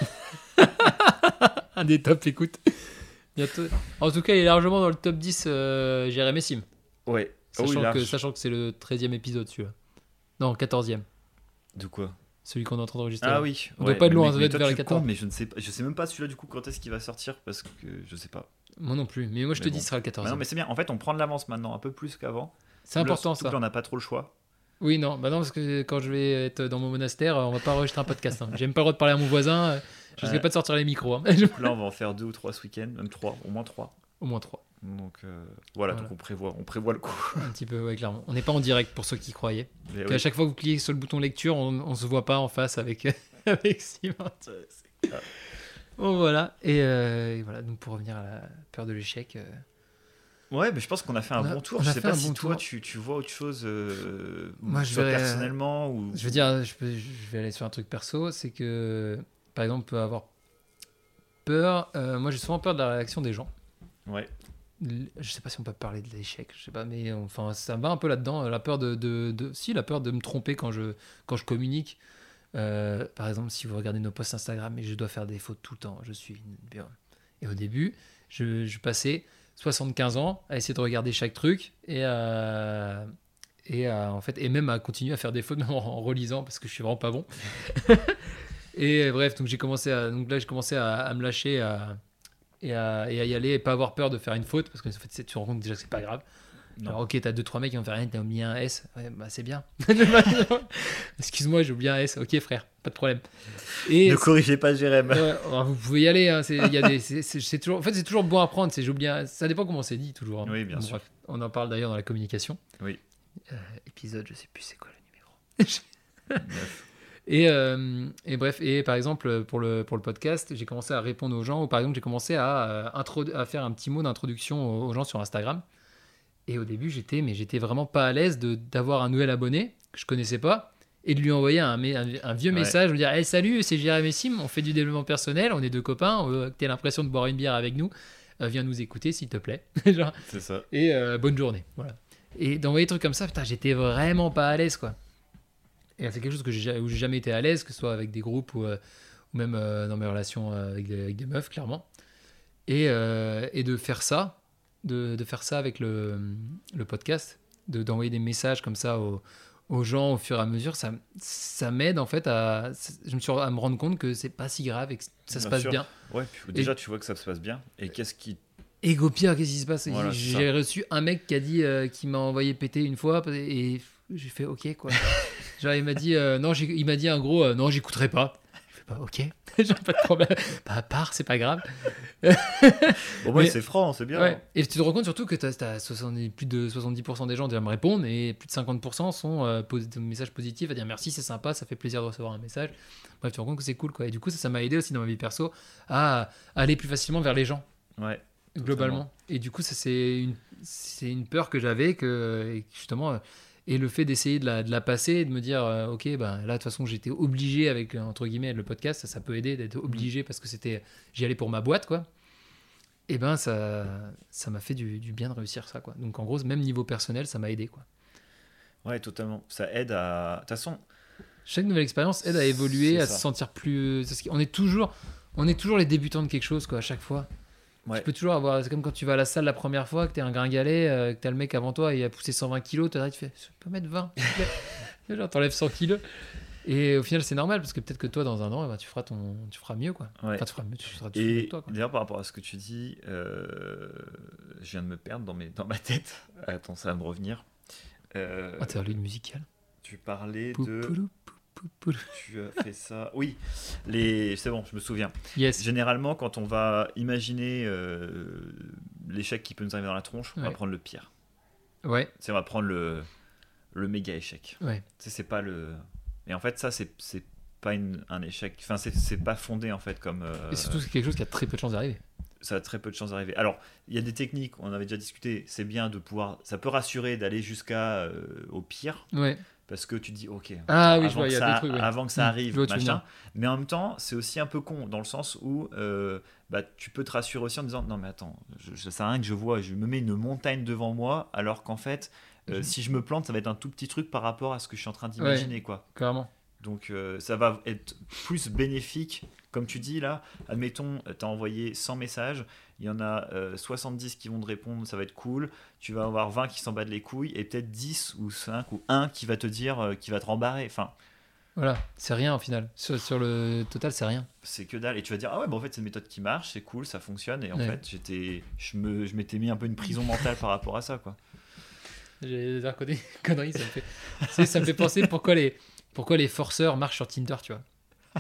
Un des top écoute. Bientôt. En tout cas, il est largement dans le top dix euh, Jérémy Sim. Ouais. Oh, Sachant, oui, que, large. sachant que c'est le treizième épisode, celui-là. Non, quatorzième. De quoi? Celui qu'on est en train d'enregistrer. Ah là. oui. On doit pas être mais- loin, mais- ça doit mais être toi, vers tu les le quatorze. comptes, mais je ne sais pas, je sais même pas celui-là du coup quand est-ce qu'il va sortir parce que je sais pas. Moi non plus. Mais moi, je te Mais dis, bon. ce sera le Mais quatorzième. non, mais c'est bien. En fait, on prend de l'avance maintenant, un peu plus qu'avant. C'est important, Surtout ça. que là, on n'a pas trop le choix. Oui, non, bah non, parce que quand je vais être dans mon monastère, on va pas enregistrer un podcast. Hein. J'ai même pas le droit de parler à mon voisin. Je risque Ouais. pas de sortir les micros. Hein. Donc là, on va en faire deux ou trois ce week-end, même trois, au moins trois. Au moins trois. Donc euh, voilà, Voilà. donc on prévoit, on prévoit le coup. Un petit peu, ouais, clairement. On n'est pas en direct pour ceux qui croyaient. Mais À oui. chaque fois que vous cliquez sur le bouton lecture, on, on se voit pas en face avec, avec Simon. Bon, voilà. Et, euh, et voilà, donc pour revenir à la peur de l'échec. euh, Ouais, mais je pense qu'on a fait un On a- bon tour. on Je a sais fait pas un si bon toi, tour. tu, tu vois autre chose, euh, Moi, je soit vais- personnellement ou. Je veux dire, je, peux- je vais aller sur un truc perso. C'est que, par exemple, on peut avoir peur. euh, moi, j'ai souvent peur de la réaction des gens. Ouais. L- Je sais pas si on peut parler de l'échec, je sais pas, mais enfin ça va un peu là-dedans. La peur de, de, de- si la peur de me tromper quand je quand je communique. Euh, par exemple, si vous regardez nos posts Instagram, et je dois faire des fautes tout le temps, je suis une... Et au début, je, je passais soixante-quinze ans à essayer de regarder chaque truc et à, et à, en fait et même à continuer à faire des fautes même en, en relisant parce que je suis vraiment pas bon. Et bref, donc j'ai commencé à donc là j'ai commencé à, à me lâcher à, et, à, et à y aller et pas avoir peur de faire une faute parce que en fait, c'est- tu te rends compte déjà que c'est pas grave. Non. Alors, ok, t'as deux trois mecs qui vont faire rien, t'as oublié un S, ouais, bah c'est bien. Excuse-moi, j'ai oublié un S, ok frère, pas de problème. Et Ne corrigez pas Jérém. ouais, alors, vous pouvez y aller, hein, c'est, il y a des, c'est, c'est- c'est toujours, en fait c'est toujours bon à prendre, c'est, j'ai oublié un- ça dépend comment c'est dit toujours. hein. Oui, bien Bon, sûr. bref, on en parle d'ailleurs dans la communication. Oui. Euh, épisode, je sais plus c'est quoi le numéro. Neuf. Et, euh, et bref, et par exemple, pour le, pour le podcast, j'ai commencé à répondre aux gens, ou par exemple, j'ai commencé à, euh, introdu- à faire un petit mot d'introduction aux, aux gens sur Instagram. Et au début, j'étais, mais j'étais vraiment pas à l'aise de, d'avoir un nouvel abonné que je connaissais pas et de lui envoyer un, mé- un, un vieux Ouais. message, me dire hey, salut, c'est Jérémy Sim, on fait du développement personnel, on est deux copains, on veut que tu aies l'impression de boire une bière avec nous, Euh, viens nous écouter s'il te plaît. Genre, C'est ça. et euh, bonne journée. Voilà. Et d'envoyer des trucs comme ça, putain, j'étais vraiment pas à l'aise, quoi. Et c'est quelque chose que j'ai, où j'ai jamais été à l'aise, que ce soit avec des groupes ou, euh, ou même euh, dans mes relations euh, avec, des, avec des meufs, clairement. Et, euh, et de faire ça, de, de faire ça avec le, le podcast, de, d'envoyer des messages comme ça aux, aux gens au fur et à mesure, ça, ça m'aide en fait à, je me suis à me rendre compte que c'est pas si grave et que ça se Bien passe sûr. bien. Ouais, puis déjà tu vois que ça se passe bien. Et qu'est-ce qui. Et go pire, qu'est-ce qui se passe? Voilà, c'est J'ai reçu un mec qui a dit, euh, qui m'a envoyé péter une fois et j'ai fait ok quoi. Genre il m'a dit euh, non, j'ai- il m'a dit en gros euh, non, j'écouterai pas. Je fais pas ok, j'ai pas de problème. Bah à part, c'est pas grave. Au moins Mais- c'est franc, c'est bien. Ouais. Et tu te rends compte surtout que t'as, t'as soixante-dix plus de soixante-dix pour cent des gens déjà me répondent et plus de cinquante pour cent sont euh, pos- des messages positifs à dire merci, c'est sympa, ça fait plaisir de recevoir un message. Bref, tu te rends compte que c'est cool quoi. Et du coup ça, ça m'a aidé aussi dans ma vie perso à aller plus facilement vers les gens. Ouais. Globalement. Et du coup, ça, c'est une, c'est une peur que j'avais, que, et que justement, euh, et le fait d'essayer de la, de la passer et de me dire, euh, ok, ben là, de toute façon, j'étais obligé avec, euh, entre guillemets, le podcast, ça, ça peut aider d'être obligé parce que c'était, j'y allais pour ma boîte, quoi. Et ben, ça, ça m'a fait du, du bien de réussir ça, quoi. Donc, en gros, même niveau personnel, ça m'a aidé, quoi. Ouais, totalement. Ça aide à. De toute façon, Chaque nouvelle expérience aide à évoluer, C'est à ça. se sentir plus. c'est ce qui- On est toujours, on est toujours les débutants de quelque chose, quoi, à chaque fois. Ouais. Tu peux toujours avoir. C'est comme quand tu vas à la salle la première fois, que t'es un gringalet, euh, que t'as le mec avant toi, il a poussé cent vingt kilos, t'as tu fais, je peux mettre vingt, s'il te plaît. Genre, t'enlèves cent kilos. Et au final, c'est normal parce que peut-être que toi, dans un an, eh ben, tu feras ton, tu feras mieux, quoi. Ouais. Enfin, tu feras mieux, tu seras tout Et de toi, quoi. d'ailleurs, par rapport à ce que tu dis, euh, je viens de me perdre dans, mes, dans ma tête. Attends, ça va me revenir. Euh, Ah, t'as lu une musicale. tu parlais Pou, de... poulou, pou, pou, poulou. Tu as fait ça... Oui, les... c'est bon, je me souviens. Yes. Généralement, quand on va imaginer euh, l'échec qui peut nous arriver dans la tronche, on va Ouais. prendre le pire. Ouais, C'est, on va prendre le, le méga échec. ouais. Tu sais, c'est pas le... Et en fait, ça, c'est, c'est pas une, un échec. Enfin, c'est, c'est pas fondé, en fait, comme... euh, Et surtout, c'est quelque chose qui a très peu de chances d'arriver. ça a très peu de chances d'arriver. Alors, il y a des techniques, on avait déjà discuté, c'est bien de pouvoir... Ça peut rassurer d'aller jusqu'à euh, au pire, Ouais. parce que tu te dis, ok, Ah oui, avant je vois, que il y a ça, des trucs, ouais. avant que ça Mmh, arrive, je vois où tu veux machin. venir. Mais en même temps, c'est aussi un peu con, dans le sens où euh, bah, tu peux te rassurer aussi en disant, non mais attends, je, je, ça sert à rien que je vois, je me mets une montagne devant moi, alors qu'en fait, euh, Mhm. si je me plante, ça va être un tout petit truc par rapport à ce que je suis en train d'imaginer, quoi. Clairement. Donc euh, ça va être plus bénéfique, comme tu dis là, admettons, tu as envoyé cent messages, il y en a euh, soixante-dix qui vont te répondre, ça va être cool, tu vas avoir vingt qui s'en battent les couilles, et peut-être dix ou cinq ou un qui va te dire, euh, qui va te rembarrer, enfin, Voilà, c'est rien au final. Sur, sur le total, c'est rien. c'est que dalle, et tu vas dire, ah ouais, bah en fait c'est une méthode qui marche, c'est cool, ça fonctionne, et en Ouais. fait j'étais, je, me, je m'étais mis un peu une prison mentale par rapport à ça, quoi. J'ai des conneries, conneries, ça me fait. Tu sais, ça me fait penser pourquoi les, pourquoi les forceurs marchent sur Tinder, tu vois.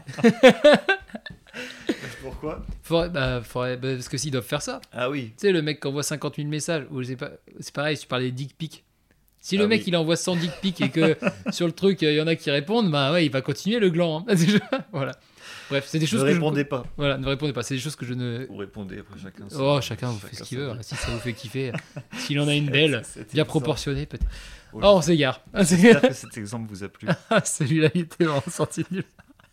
Pourquoi? Faudrait- bah, faudrait- bah, parce que s'ils doivent faire ça. Ah oui, Tu sais, le mec qui envoie cinquante mille messages, ou je sais pas, c'est pareil, si tu parlais des dick pics. Si Ah le mec oui. il envoie cent dick pics et que sur le truc il y en a qui répondent, bah ouais, il va continuer le gland. Hein. Voilà. Bref, c'est des ne choses que répondez je... pas. Voilà, ne répondez pas. C'est des choses que je ne. Vous répondez après chacun. Oh, chacun vous fait ce qu'il veut. Si ça vous fait kiffer, s'il en a une belle, Cet bien exemple. proportionnée peut-être. Oh, Oh, on s'égare. J'espère que cet exemple vous a plu. Celui-là, il était vraiment sorti de nulle.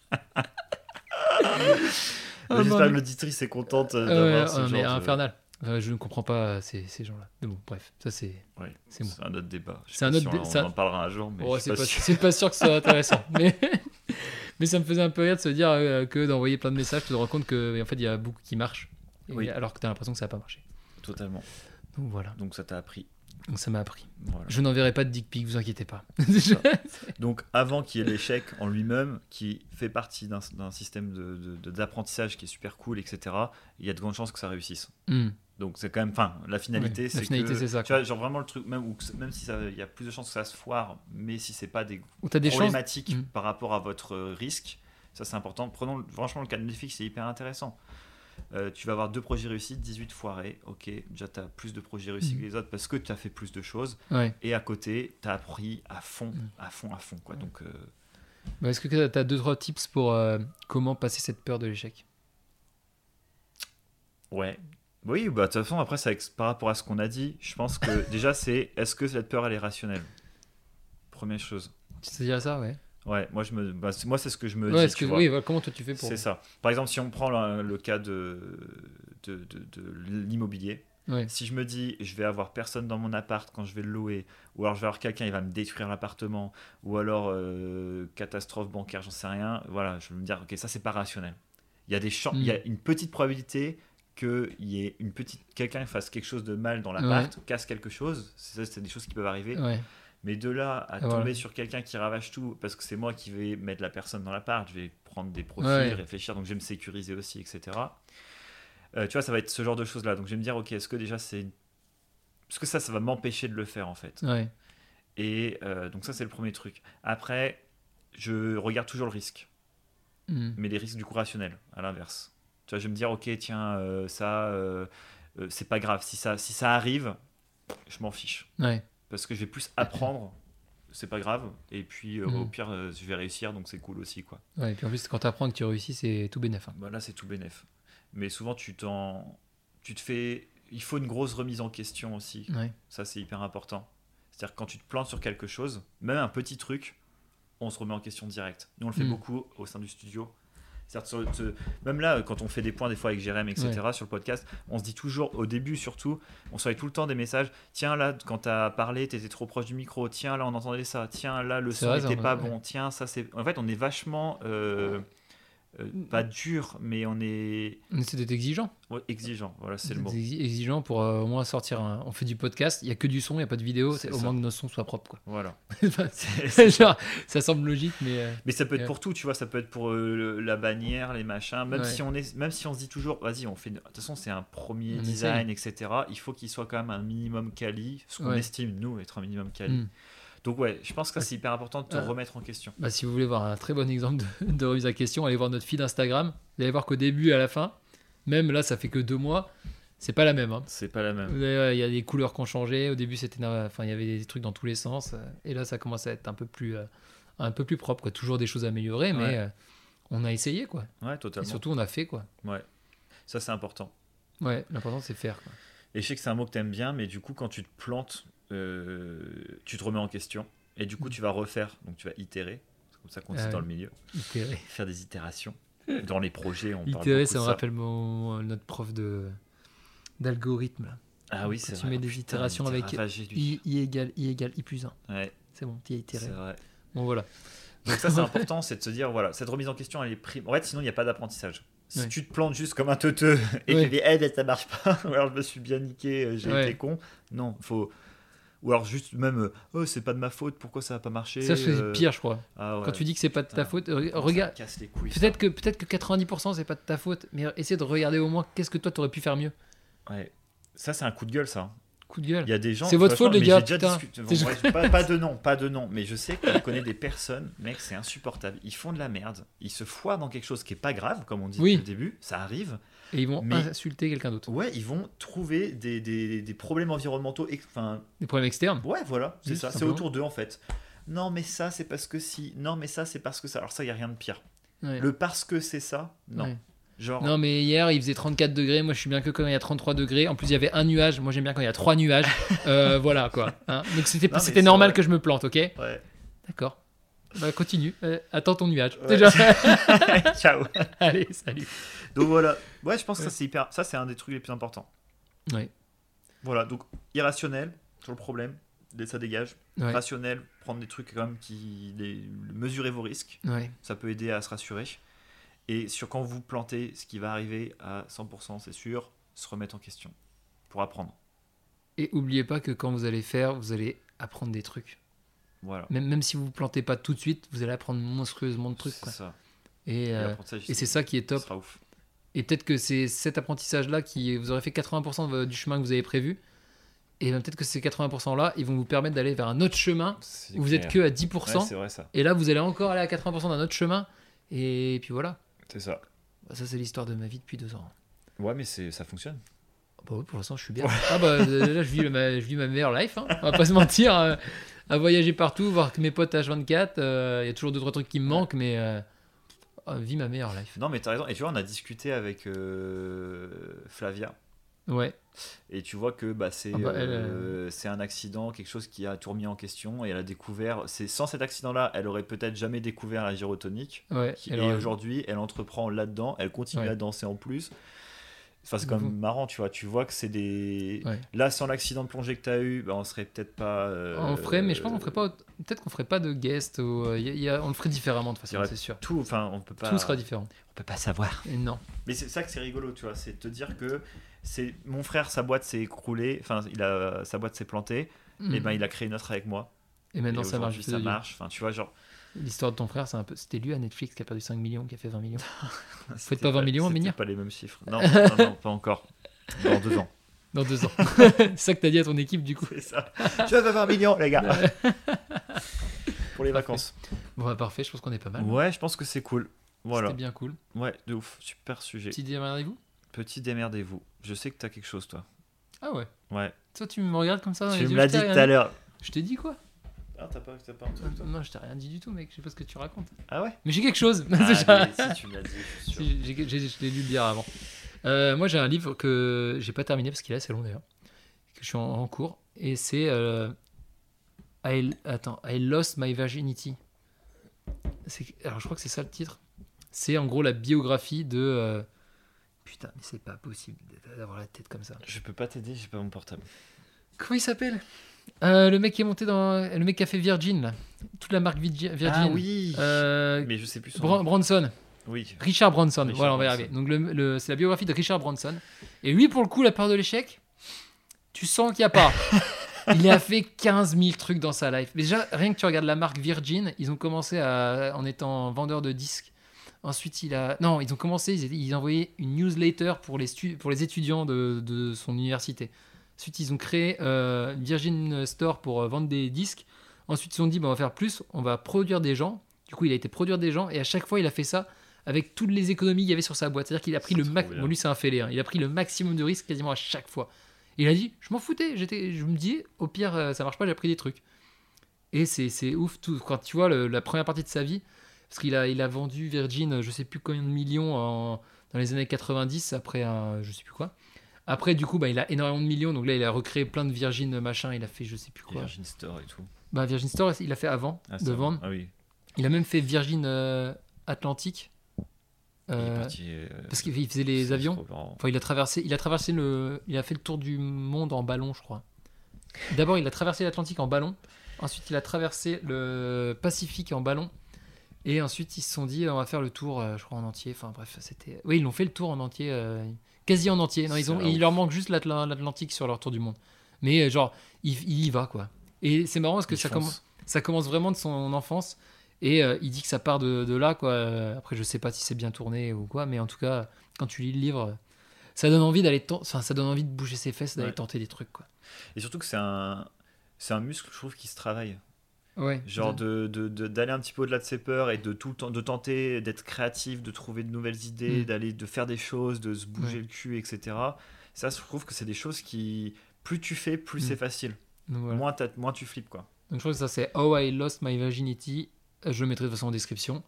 Mais J'espère que l'auditrice est contente euh, d'avoir Euh, ce ouais, mais genre de- infernal. Euh, je ne comprends pas ces, ces gens-là. Mais bon, bref, ça c'est. Ouais, C'est bon. un autre débat. Je sais C'est un pas autre si dé- on, ça- on en parlera un jour, mais Oh, je suis c'est pas pas, sûr. c'est pas sûr que ce soit intéressant. mais... mais ça me faisait un peu rire de se dire euh, que d'envoyer plein de messages, tu te rends compte que en fait il y a beaucoup qui marchent. Et- Oui. Alors que tu as l'impression que ça n'a pas marché. Totalement. Donc voilà. Donc ça t'a appris. Donc ça m'a appris. Voilà. Je n'enverrai pas de dick pic, vous inquiétez pas. Donc avant qu'il y ait l'échec en lui-même, qui fait partie d'un, d'un système de, de- de- d'apprentissage qui est super cool, et cetera, il y a de grandes chances que ça réussisse. Hmm. Donc c'est quand même, enfin, la finalité, Ouais, la c'est finalité, que, c'est ça, tu quoi. vois, genre vraiment le truc, même, où, que- même si ça- il y a plus de chances que ça se foire, mais si c'est pas des Ou t'as des chances. problématiques Mm. par rapport à votre euh, risque, ça c'est important. Prenons le- franchement le cas de Netflix, c'est hyper intéressant. Euh, tu vas avoir deux projets réussis, dix-huit foirés. Ok, déjà tu as plus de projets réussis Mm. que les autres parce que tu as fait plus de choses. Ouais. Et à côté, tu as appris à fond, Mm. à fond, à fond. Quoi. Donc, euh, Bah, est-ce que tu as deux trois tips pour euh, comment passer cette peur de l'échec? ouais. Oui, bah, de toute façon, après, ça, ex- par rapport à ce qu'on a dit, je pense que déjà, c'est est-ce que cette peur, elle est rationnelle? Première chose. Tu sais dire ça, ouais. Ouais, moi, je me, bah, c'est- moi c'est ce que je me Ouais, dis. est-ce tu que, vois. oui, voilà, comment toi tu fais pour. C'est ça. Par exemple, si on prend le, le cas de, de, de, de l'immobilier, Ouais. si je me dis je vais avoir personne dans mon appart quand je vais le louer, ou alors je vais avoir quelqu'un, il va me détruire l'appartement, ou alors euh, catastrophe bancaire, j'en sais rien, voilà, je vais me dire ok, ça c'est pas rationnel. Il y a des chan- Mm. il y a une petite probabilité qu'il y ait une petite quelqu'un fasse quelque chose de mal dans l'appart, casse quelque chose, c'est, c'est des choses qui peuvent arriver. Ouais. Mais de là à Et tomber voilà. sur quelqu'un qui ravage tout, parce que c'est moi qui vais mettre la personne dans l'appart, je vais prendre des profils, Ouais. réfléchir, donc je vais me sécuriser aussi, et cetera. Euh, tu vois, ça va être ce genre de choses-là. Donc je vais me dire, ok, est-ce que déjà c'est... Parce que ça, ça va m'empêcher de le faire en fait. Ouais. Et euh, donc ça, c'est le premier truc. Après, je regarde toujours le risque, Hmm. mais les risques du coup rationnels, à l'inverse. Tu vois, je vais me dire, ok, tiens, euh, ça, euh, euh, c'est pas grave. Si ça, si ça arrive, je m'en fiche. Ouais. Parce que je vais plus apprendre, c'est pas grave, et puis euh, Mm. au pire euh, je vais réussir, donc c'est cool aussi quoi. Ouais. Et puis en plus, quand tu apprends que tu réussis, c'est tout bénef. Hein. Bah, là c'est tout bénef. Mais souvent tu t'en, tu te fais, il faut une grosse remise en question aussi. Ouais. Ça c'est hyper important. C'est-à-dire que quand tu te plantes sur quelque chose, même un petit truc, on se remet en question direct. Nous on le fait Mm. beaucoup au sein du studio. C'est-à-dire, sur- te- même là, quand on fait des points des fois avec Jérém, et cetera, sur le podcast, on se dit toujours, au début surtout, on se fait tout le temps des messages. Tiens, là, quand t'as parlé, t'étais trop proche du micro. Tiens, là, on entendait ça. Tiens, là, le C'est son vrai, ça, n'était pas ouais. bon. Tiens, ça, c'est. En fait, on est vachement. euh, euh, pas dur, mais on est On essaie d'être exigeant. ouais, exigeant. Voilà, c'est le mot. Exi- Exigeant pour euh, au moins sortir. Un... On fait du podcast, il y a que du son, il y a pas de vidéo. C'est C'est au ça. moins que nos sons soient propres, quoi. Voilà. Enfin, C'est- c'est ça. Genre, ça semble logique, mais. euh, Mais ça peut être Ouais. pour tout, tu vois. Ça peut être pour euh, le- la bannière, les machins. Même Ouais. si on est, même si on se dit toujours, vas-y, on fait. De toute façon, c'est un premier On design, et cetera. Il faut qu'il soit quand même un minimum quali, ce qu'on Ouais. estime nous être un minimum quali. hmm. Donc ouais, je pense que ça, c'est hyper important de te Ah. remettre en question. Bah, si vous voulez voir un très bon exemple de, de remise à question, allez voir notre feed Instagram. Vous allez voir qu'au début et à la fin, même là, ça fait que deux mois, c'est pas la même. hein. C'est pas la même. Vous avez- Il y a des couleurs qui ont changé. Au début, c'était, enfin, il y avait des trucs dans tous les sens. euh, Et là, ça commence à être un peu plus, euh, un peu plus propre, quoi. Toujours des choses à améliorer, mais Ouais. euh, on a essayé, quoi. Ouais, Et totalement. surtout, on a fait, quoi. Ouais. Ça, c'est important. Ouais, l'important, c'est faire, quoi. Et je sais que c'est un mot que t'aimes bien, mais du coup, quand tu te plantes, euh, tu te remets en question. Et du coup, tu vas refaire. Donc, tu vas itérer. C'est comme ça qu'on dit Ah dans ouais. le milieu. Itérer. Faire des itérations. Dans les projets, on parle Itérer, beaucoup ça de me ça. rappelle mon, notre prof de, d'algorithme. là. Ah oui, Quand c'est tu vrai. mets des Putain, itérations il était avec ravagé, lui. I, I égale I égale I plus un. Ouais, C'est bon, tu as itéré. c'est vrai. Bon, voilà. Donc ça, c'est important, c'est de se dire, voilà, cette remise en question, elle est prime. En fait, sinon, il n'y a pas d'apprentissage. Si Ouais. tu te plantes juste comme un teuteux et Ouais. tu dis, eh, ben, ça marche pas, ou alors je me suis bien niqué, euh, j'ai Ouais. été con. Non, faut. Ou alors juste même, euh, oh, c'est pas de ma faute, pourquoi ça a pas marché Ça, c'est euh, pire, je crois. ah ouais, Quand tu dis que c'est pas de ta putain. faute, euh, ça regarde. casse les couilles, ça. Peut-être que, peut-être que quatre-vingt-dix pour cent c'est pas de ta faute, mais essaie de regarder au moins qu'est-ce que toi t'aurais pu faire mieux. Ouais. Ça, c'est un coup de gueule, ça. Coup de gueule. Il y a des gens. C'est votre franchement, faute, les mais gars, j'ai déjà putain. discuté- C'est bon, ouais, pas, pas de nom, pas de nom, mais je sais qu'on connaît des personnes, mec, c'est insupportable. Ils font de la merde, ils se foirent dans quelque chose qui est pas grave, comme on dit Oui. depuis le début, ça arrive. Et ils vont Mais- insulter quelqu'un d'autre. Ouais, ils vont trouver des, des, des problèmes environnementaux. ex- Enfin, Des problèmes externes. ouais, voilà, c'est Oui, ça, tout c'est simplement. autour d'eux en fait. Non, mais ça, c'est parce que si. Non, mais ça, c'est parce que ça. Alors, ça, il n'y a rien de pire. Ouais. Le parce que c'est ça, non. Ouais. Genre. Non, mais hier il faisait trente-quatre degrés. Moi je suis bien que quand il y a trente-trois degrés. En plus il y avait un nuage. Moi j'aime bien quand il y a trois nuages. Euh, voilà quoi. Hein. Donc c'était, Non, mais c'était c'est normal vrai. que je me plante, ok? Ouais. D'accord. Bah continue. Euh, attends ton nuage. Ouais. Déjà. Ciao. Allez, salut. Donc voilà. Ouais, je pense que Ouais. ça, c'est hyper. Ça, c'est un des trucs les plus importants. Ouais. Voilà, donc irrationnel, sur le problème, ça dégage. Ouais. Rationnel, prendre des trucs quand même qui. Les, mesurer vos risques, Ouais. ça peut aider à se rassurer. Et sur quand vous plantez, ce qui va arriver à cent pour cent, c'est sûr, se remettre en question pour apprendre. Et oubliez pas que quand vous allez faire, vous allez apprendre des trucs. Voilà. Même, même si vous vous plantez pas tout de suite, vous allez apprendre monstrueusement de trucs. C'est Quoi. ça. Et, Et euh, l'apprentissage, et c'est ça qui est ce top. sera ouf. Et peut-être que c'est cet apprentissage-là qui vous aurez fait quatre-vingts pour cent de- du chemin que vous avez prévu. Et ben, peut-être que ces quatre-vingts pour cent-là, ils vont vous permettre d'aller vers un autre chemin C'est où vous clair. êtes que à dix pour Ouais, cent. c'est vrai ça. Et là, vous allez encore aller à quatre-vingts pour cent d'un autre chemin. Et puis voilà. C'est ça. Bah, ça, c'est l'histoire de ma vie depuis deux ans. Ouais, mais c'est, ça fonctionne. Bah oui, pour l'instant, je suis bien. Ah bah euh, là, je vis, ma, je vis ma meilleure life. Hein. On va pas se mentir. euh, à voyager partout, voir que mes potes H vingt-quatre. Il euh, y a toujours deux, trois trucs qui me manquent, mais euh, oh, vis ma meilleure life. Non, mais t'as raison. Et tu vois, on a discuté avec euh, Flavia. Ouais. Et tu vois que bah, c'est, Ah bah, elle, euh, c'est un accident, quelque chose qui a tout remis en question. Et elle a découvert. C'est, sans cet accident-là, elle aurait peut-être jamais découvert la gyrotonique. Ouais. Qui- elle et aurait- aujourd'hui, elle entreprend là-dedans. Elle continue Ouais. à danser en plus. Enfin, c'est quand même Vous- marrant, tu vois. Tu vois que c'est des. Ouais. Là, sans l'accident de plongée que t'as eu, bah, on serait peut-être pas. euh, On ferait, mais je pense qu'on ferait pas. Peut-être qu'on ferait pas de guest. Ou, euh, y a- y a- on le ferait différemment de toute Il y façon, aurait c'est sûr. Tout, enfin, on peut pas. Tout sera différent. On peut pas savoir. Et non. Mais c'est ça que c'est rigolo, tu vois, c'est de te dire que c'est mon frère, sa boîte s'est écroulée, enfin, il a sa boîte s'est plantée, et ben il a créé une autre avec moi. Et maintenant, et ça marche. aujourd'hui, c'est ça de Dieu. marche. Enfin, tu vois, genre. L'histoire de ton frère, c'est un peu. C'était lui à Netflix qui a perdu cinq millions, qui a fait vingt millions. C'était pas vingt millions à c'était Menhir pas les mêmes chiffres. Non, non, non, pas encore. Dans deux ans. Dans deux ans. C'est ça que t'as dit à ton équipe, du coup. C'est ça. Je veux vingt millions, les gars. Pour les vacances. Bon, bah, parfait, je pense qu'on est pas mal. Ouais, je pense que c'est cool. Voilà. C'était bien cool. Ouais, de ouf. Super sujet. Petit démarrez-vous. Petit démerdez-vous. Je sais que t'as quelque chose, toi. Ah ouais. Ouais. Toi, tu me regardes comme ça dans les Tu yeux. me l'as je t'ai dit tout rien à l'heure. Je t'ai dit quoi? Ah, t'as pas, t'as pas un truc, toi. Non, je t'ai rien dit du tout, mec. Je sais pas ce que tu racontes. Ah ouais? Mais j'ai quelque chose. Ah, C'est ça. mais si, tu me l'as dit, je suis sûr. Si, j'ai- j'ai- je l'ai lu bien avant. Euh, moi, j'ai un livre que j'ai pas terminé parce qu'il est assez long d'ailleurs, que je suis en, en cours, et c'est euh, I, attends, I Lost My Virginity. C'est- alors, je crois que c'est ça le titre. C'est en gros la biographie de. euh, Putain, mais c'est pas possible d'avoir la tête comme ça. Je peux pas t'aider, j'ai pas mon portable. Comment il s'appelle? Euh, le mec qui est monté dans. Le mec qui a fait Virgin, là. Toute la marque Virgi- Virgin. Ah oui. Euh, Mais je sais plus son Bran- nom. Branson. Oui. Richard Branson, Richard voilà, on va y Branson. arriver. Donc, le, le- c'est la biographie de Richard Branson. Et lui, pour le coup, la peur de l'échec, tu sens qu'il n'y a pas. Il a fait quinze mille trucs dans sa life. Mais déjà, rien que tu regardes la marque Virgin, ils ont commencé à, en étant vendeur de disques. Ensuite, il a. Non, ils ont commencé, ils, ils envoyaient une newsletter pour les, stu- pour les étudiants de, de son université. Ensuite, ils ont créé euh, une Virgin Store pour euh, vendre des disques. Ensuite, ils se sont dit, bah, on va faire plus, on va produire des gens. Du coup, il a été produire des gens et à chaque fois, il a fait ça avec toutes les économies qu'il y avait sur sa boîte. C'est-à-dire qu'il a pris C'est le trop max. bien. Bon, lui, c'est un fêlé. Hein. Il a pris le maximum de risques quasiment à chaque fois. Et il a dit, je m'en foutais. J'étais, je me dis, au pire, euh, ça marche pas, j'ai pris des trucs. Et c'est, c'est ouf tout. Quand tu vois le- la première partie de sa vie, parce qu'il a, il a vendu Virgin, je sais plus combien de millions en- dans les années quatre-vingt-dix, après un, je sais plus quoi. Après, du coup, bah, il a énormément de millions. Donc là, il a recréé plein de Virgin machin. Il a fait, je sais plus quoi. Virgin Store et tout. Bah, Virgin Store, il a fait avant Ah, de ça va. vendre. Ah oui. Il a même fait Virgin euh, Atlantique. Il est Euh, parti, euh, parce qu'il il faisait les c'est avions. trop marrant. Enfin, il a traversé, il a traversé le, il a fait le tour du monde en ballon, je crois. D'abord, il a traversé l'Atlantique en ballon. Ensuite, il a traversé le Pacifique en ballon. Et ensuite, ils se sont dit, on va faire le tour, euh, je crois, en entier. Enfin, bref, c'était. Oui, ils l'ont fait le tour en entier, euh, quasi en entier. Non, ils ont, C'est il ouf. leur manque juste l'Atla- l'Atlantique sur leur tour du monde. Mais euh, genre, il, il y va, quoi. Et c'est marrant parce que Il ça fonce. commence, ça commence vraiment de son enfance. Et euh, il dit que ça part de, de là, quoi. Euh, Après, je sais pas si c'est bien tourné ou quoi, mais en tout cas, quand tu lis le livre, ça donne envie d'aller, ten- enfin, ça donne envie de bouger ses fesses, d'aller Ouais. tenter des trucs, quoi. Et surtout que c'est un, c'est un muscle, je trouve, qui se travaille. Ouais. Genre de, de, de- d'aller un petit peu au-delà de ses peurs et de tout le temps de tenter d'être créatif, de trouver de nouvelles idées, Mm. d'aller de faire des choses, de se bouger Ouais. le cul, et cetera. Ça, je trouve que c'est des choses qui, plus tu fais, plus Mm. c'est facile. Donc, voilà. Moins, t'as- moins tu flippes, quoi. Donc je crois que ça c'est How I Lost My Virginity. Je le mettrai de toute façon en description.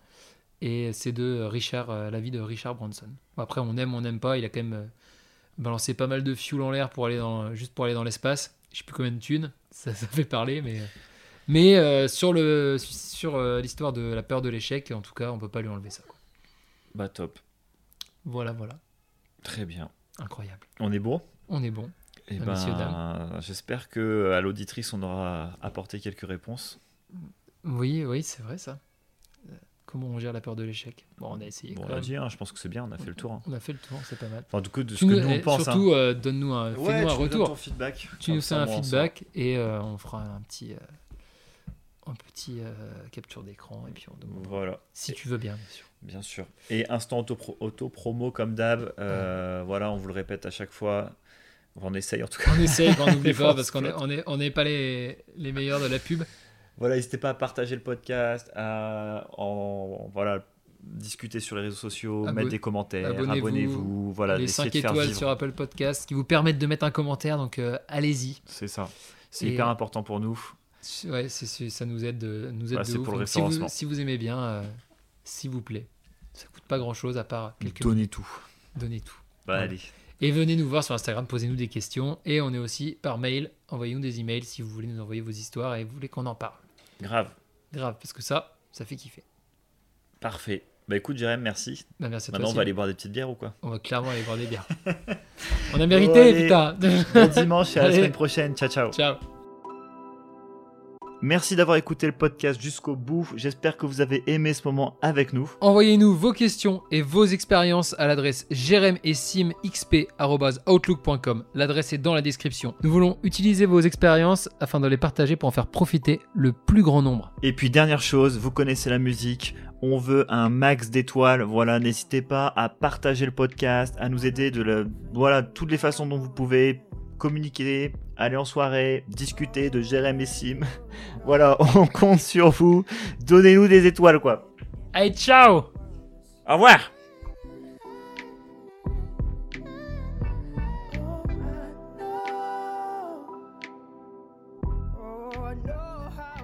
Et c'est de Richard, euh, la vie de Richard Branson. Bon, après on aime, on n'aime pas. Il a quand même euh, balancé pas mal de fuel en l'air pour aller dans, juste pour aller dans l'espace. Je sais plus combien de thunes. Ça, ça fait parler, mais mais euh, sur le sur euh, l'histoire de la peur de l'échec, en tout cas, on peut pas lui enlever ça, quoi. Bah top. Voilà, voilà, Très bien. incroyable. On est bon. On est bon. Et Ah, ben, messieurs, dames. j'espère que à l'auditrice on aura apporté quelques réponses. Oui, oui, c'est vrai ça. Euh, Comment on gère la peur de l'échec? Bon, on a essayé. Bon, quand on l'a même. dit, hein, je pense que c'est bien, on a fait le tour. hein. On a fait le tour, c'est pas mal. Enfin, du coup, de ce Tu que nous- nous on et pense. surtout, euh, donne-nous un, hein. fais-nous Ouais, un tu nous donnes retour. ton feedback. Tu Comme nous ça, fais un moi, on feedback et euh, on fera un petit, euh, un petit euh, capture d'écran et puis on saura. demande Voilà. si tu veux bien, bien sûr. Bien sûr. Et instant auto- auto-promo comme d'hab. euh, Voilà, on vous le répète à chaque fois. On essaye en tout cas. On essaye, on n'oublie Des pas fois, parce qu'on on est, se on est, on n'est pas les, les meilleurs de la pub. Voilà, n'hésitez pas à partager le podcast, à en, voilà, discuter sur les réseaux sociaux, Abo- mettre des commentaires, abonnez-vous. abonnez-vous. Voilà, les essayez cinq de faire étoiles vivre. sur Apple Podcast qui vous permettent de mettre un commentaire, donc euh, allez-y. C'est ça. C'est Et- hyper important pour nous. Ouais, c'est, c'est- ça nous aide, de, nous aide Voilà, de c'est ouf. pour le Donc, si, vous, référencement. si vous aimez bien, euh, s'il vous plaît, ça coûte pas grand-chose à part quelques Donnez tout. donnez tout. Bah, Ouais. allez. Et venez nous voir sur Instagram, posez-nous des questions. Et on est aussi par mail. Envoyez-nous des emails si vous voulez nous envoyer vos histoires et vous voulez qu'on en parle. Grave. Grave, parce que ça, ça fait kiffer. Parfait. Bah écoute, Jérém, merci. Bah, merci à toi. Maintenant, on aussi. va aller boire des petites bières ou quoi? On va clairement aller boire des bières. On a mérité, allez. putain. Bon dimanche et à la Allez. semaine prochaine. Ciao, ciao. Ciao. Merci d'avoir écouté le podcast jusqu'au bout. J'espère que vous avez aimé ce moment avec nous. Envoyez-nous vos questions et vos expériences à l'adresse jeremessimxp arobase outlook point com. L'adresse est dans la description. Nous voulons utiliser vos expériences afin de les partager pour en faire profiter le plus grand nombre. Et puis dernière chose, vous connaissez la musique, on veut un max d'étoiles, voilà, n'hésitez pas à partager le podcast, à nous aider de la, voilà, toutes les façons dont vous pouvez, communiquer, aller en soirée, discuter de Jérém et Sim, voilà, on compte sur vous, donnez-nous des étoiles quoi. Allez, ciao! Au revoir. Oh, I know how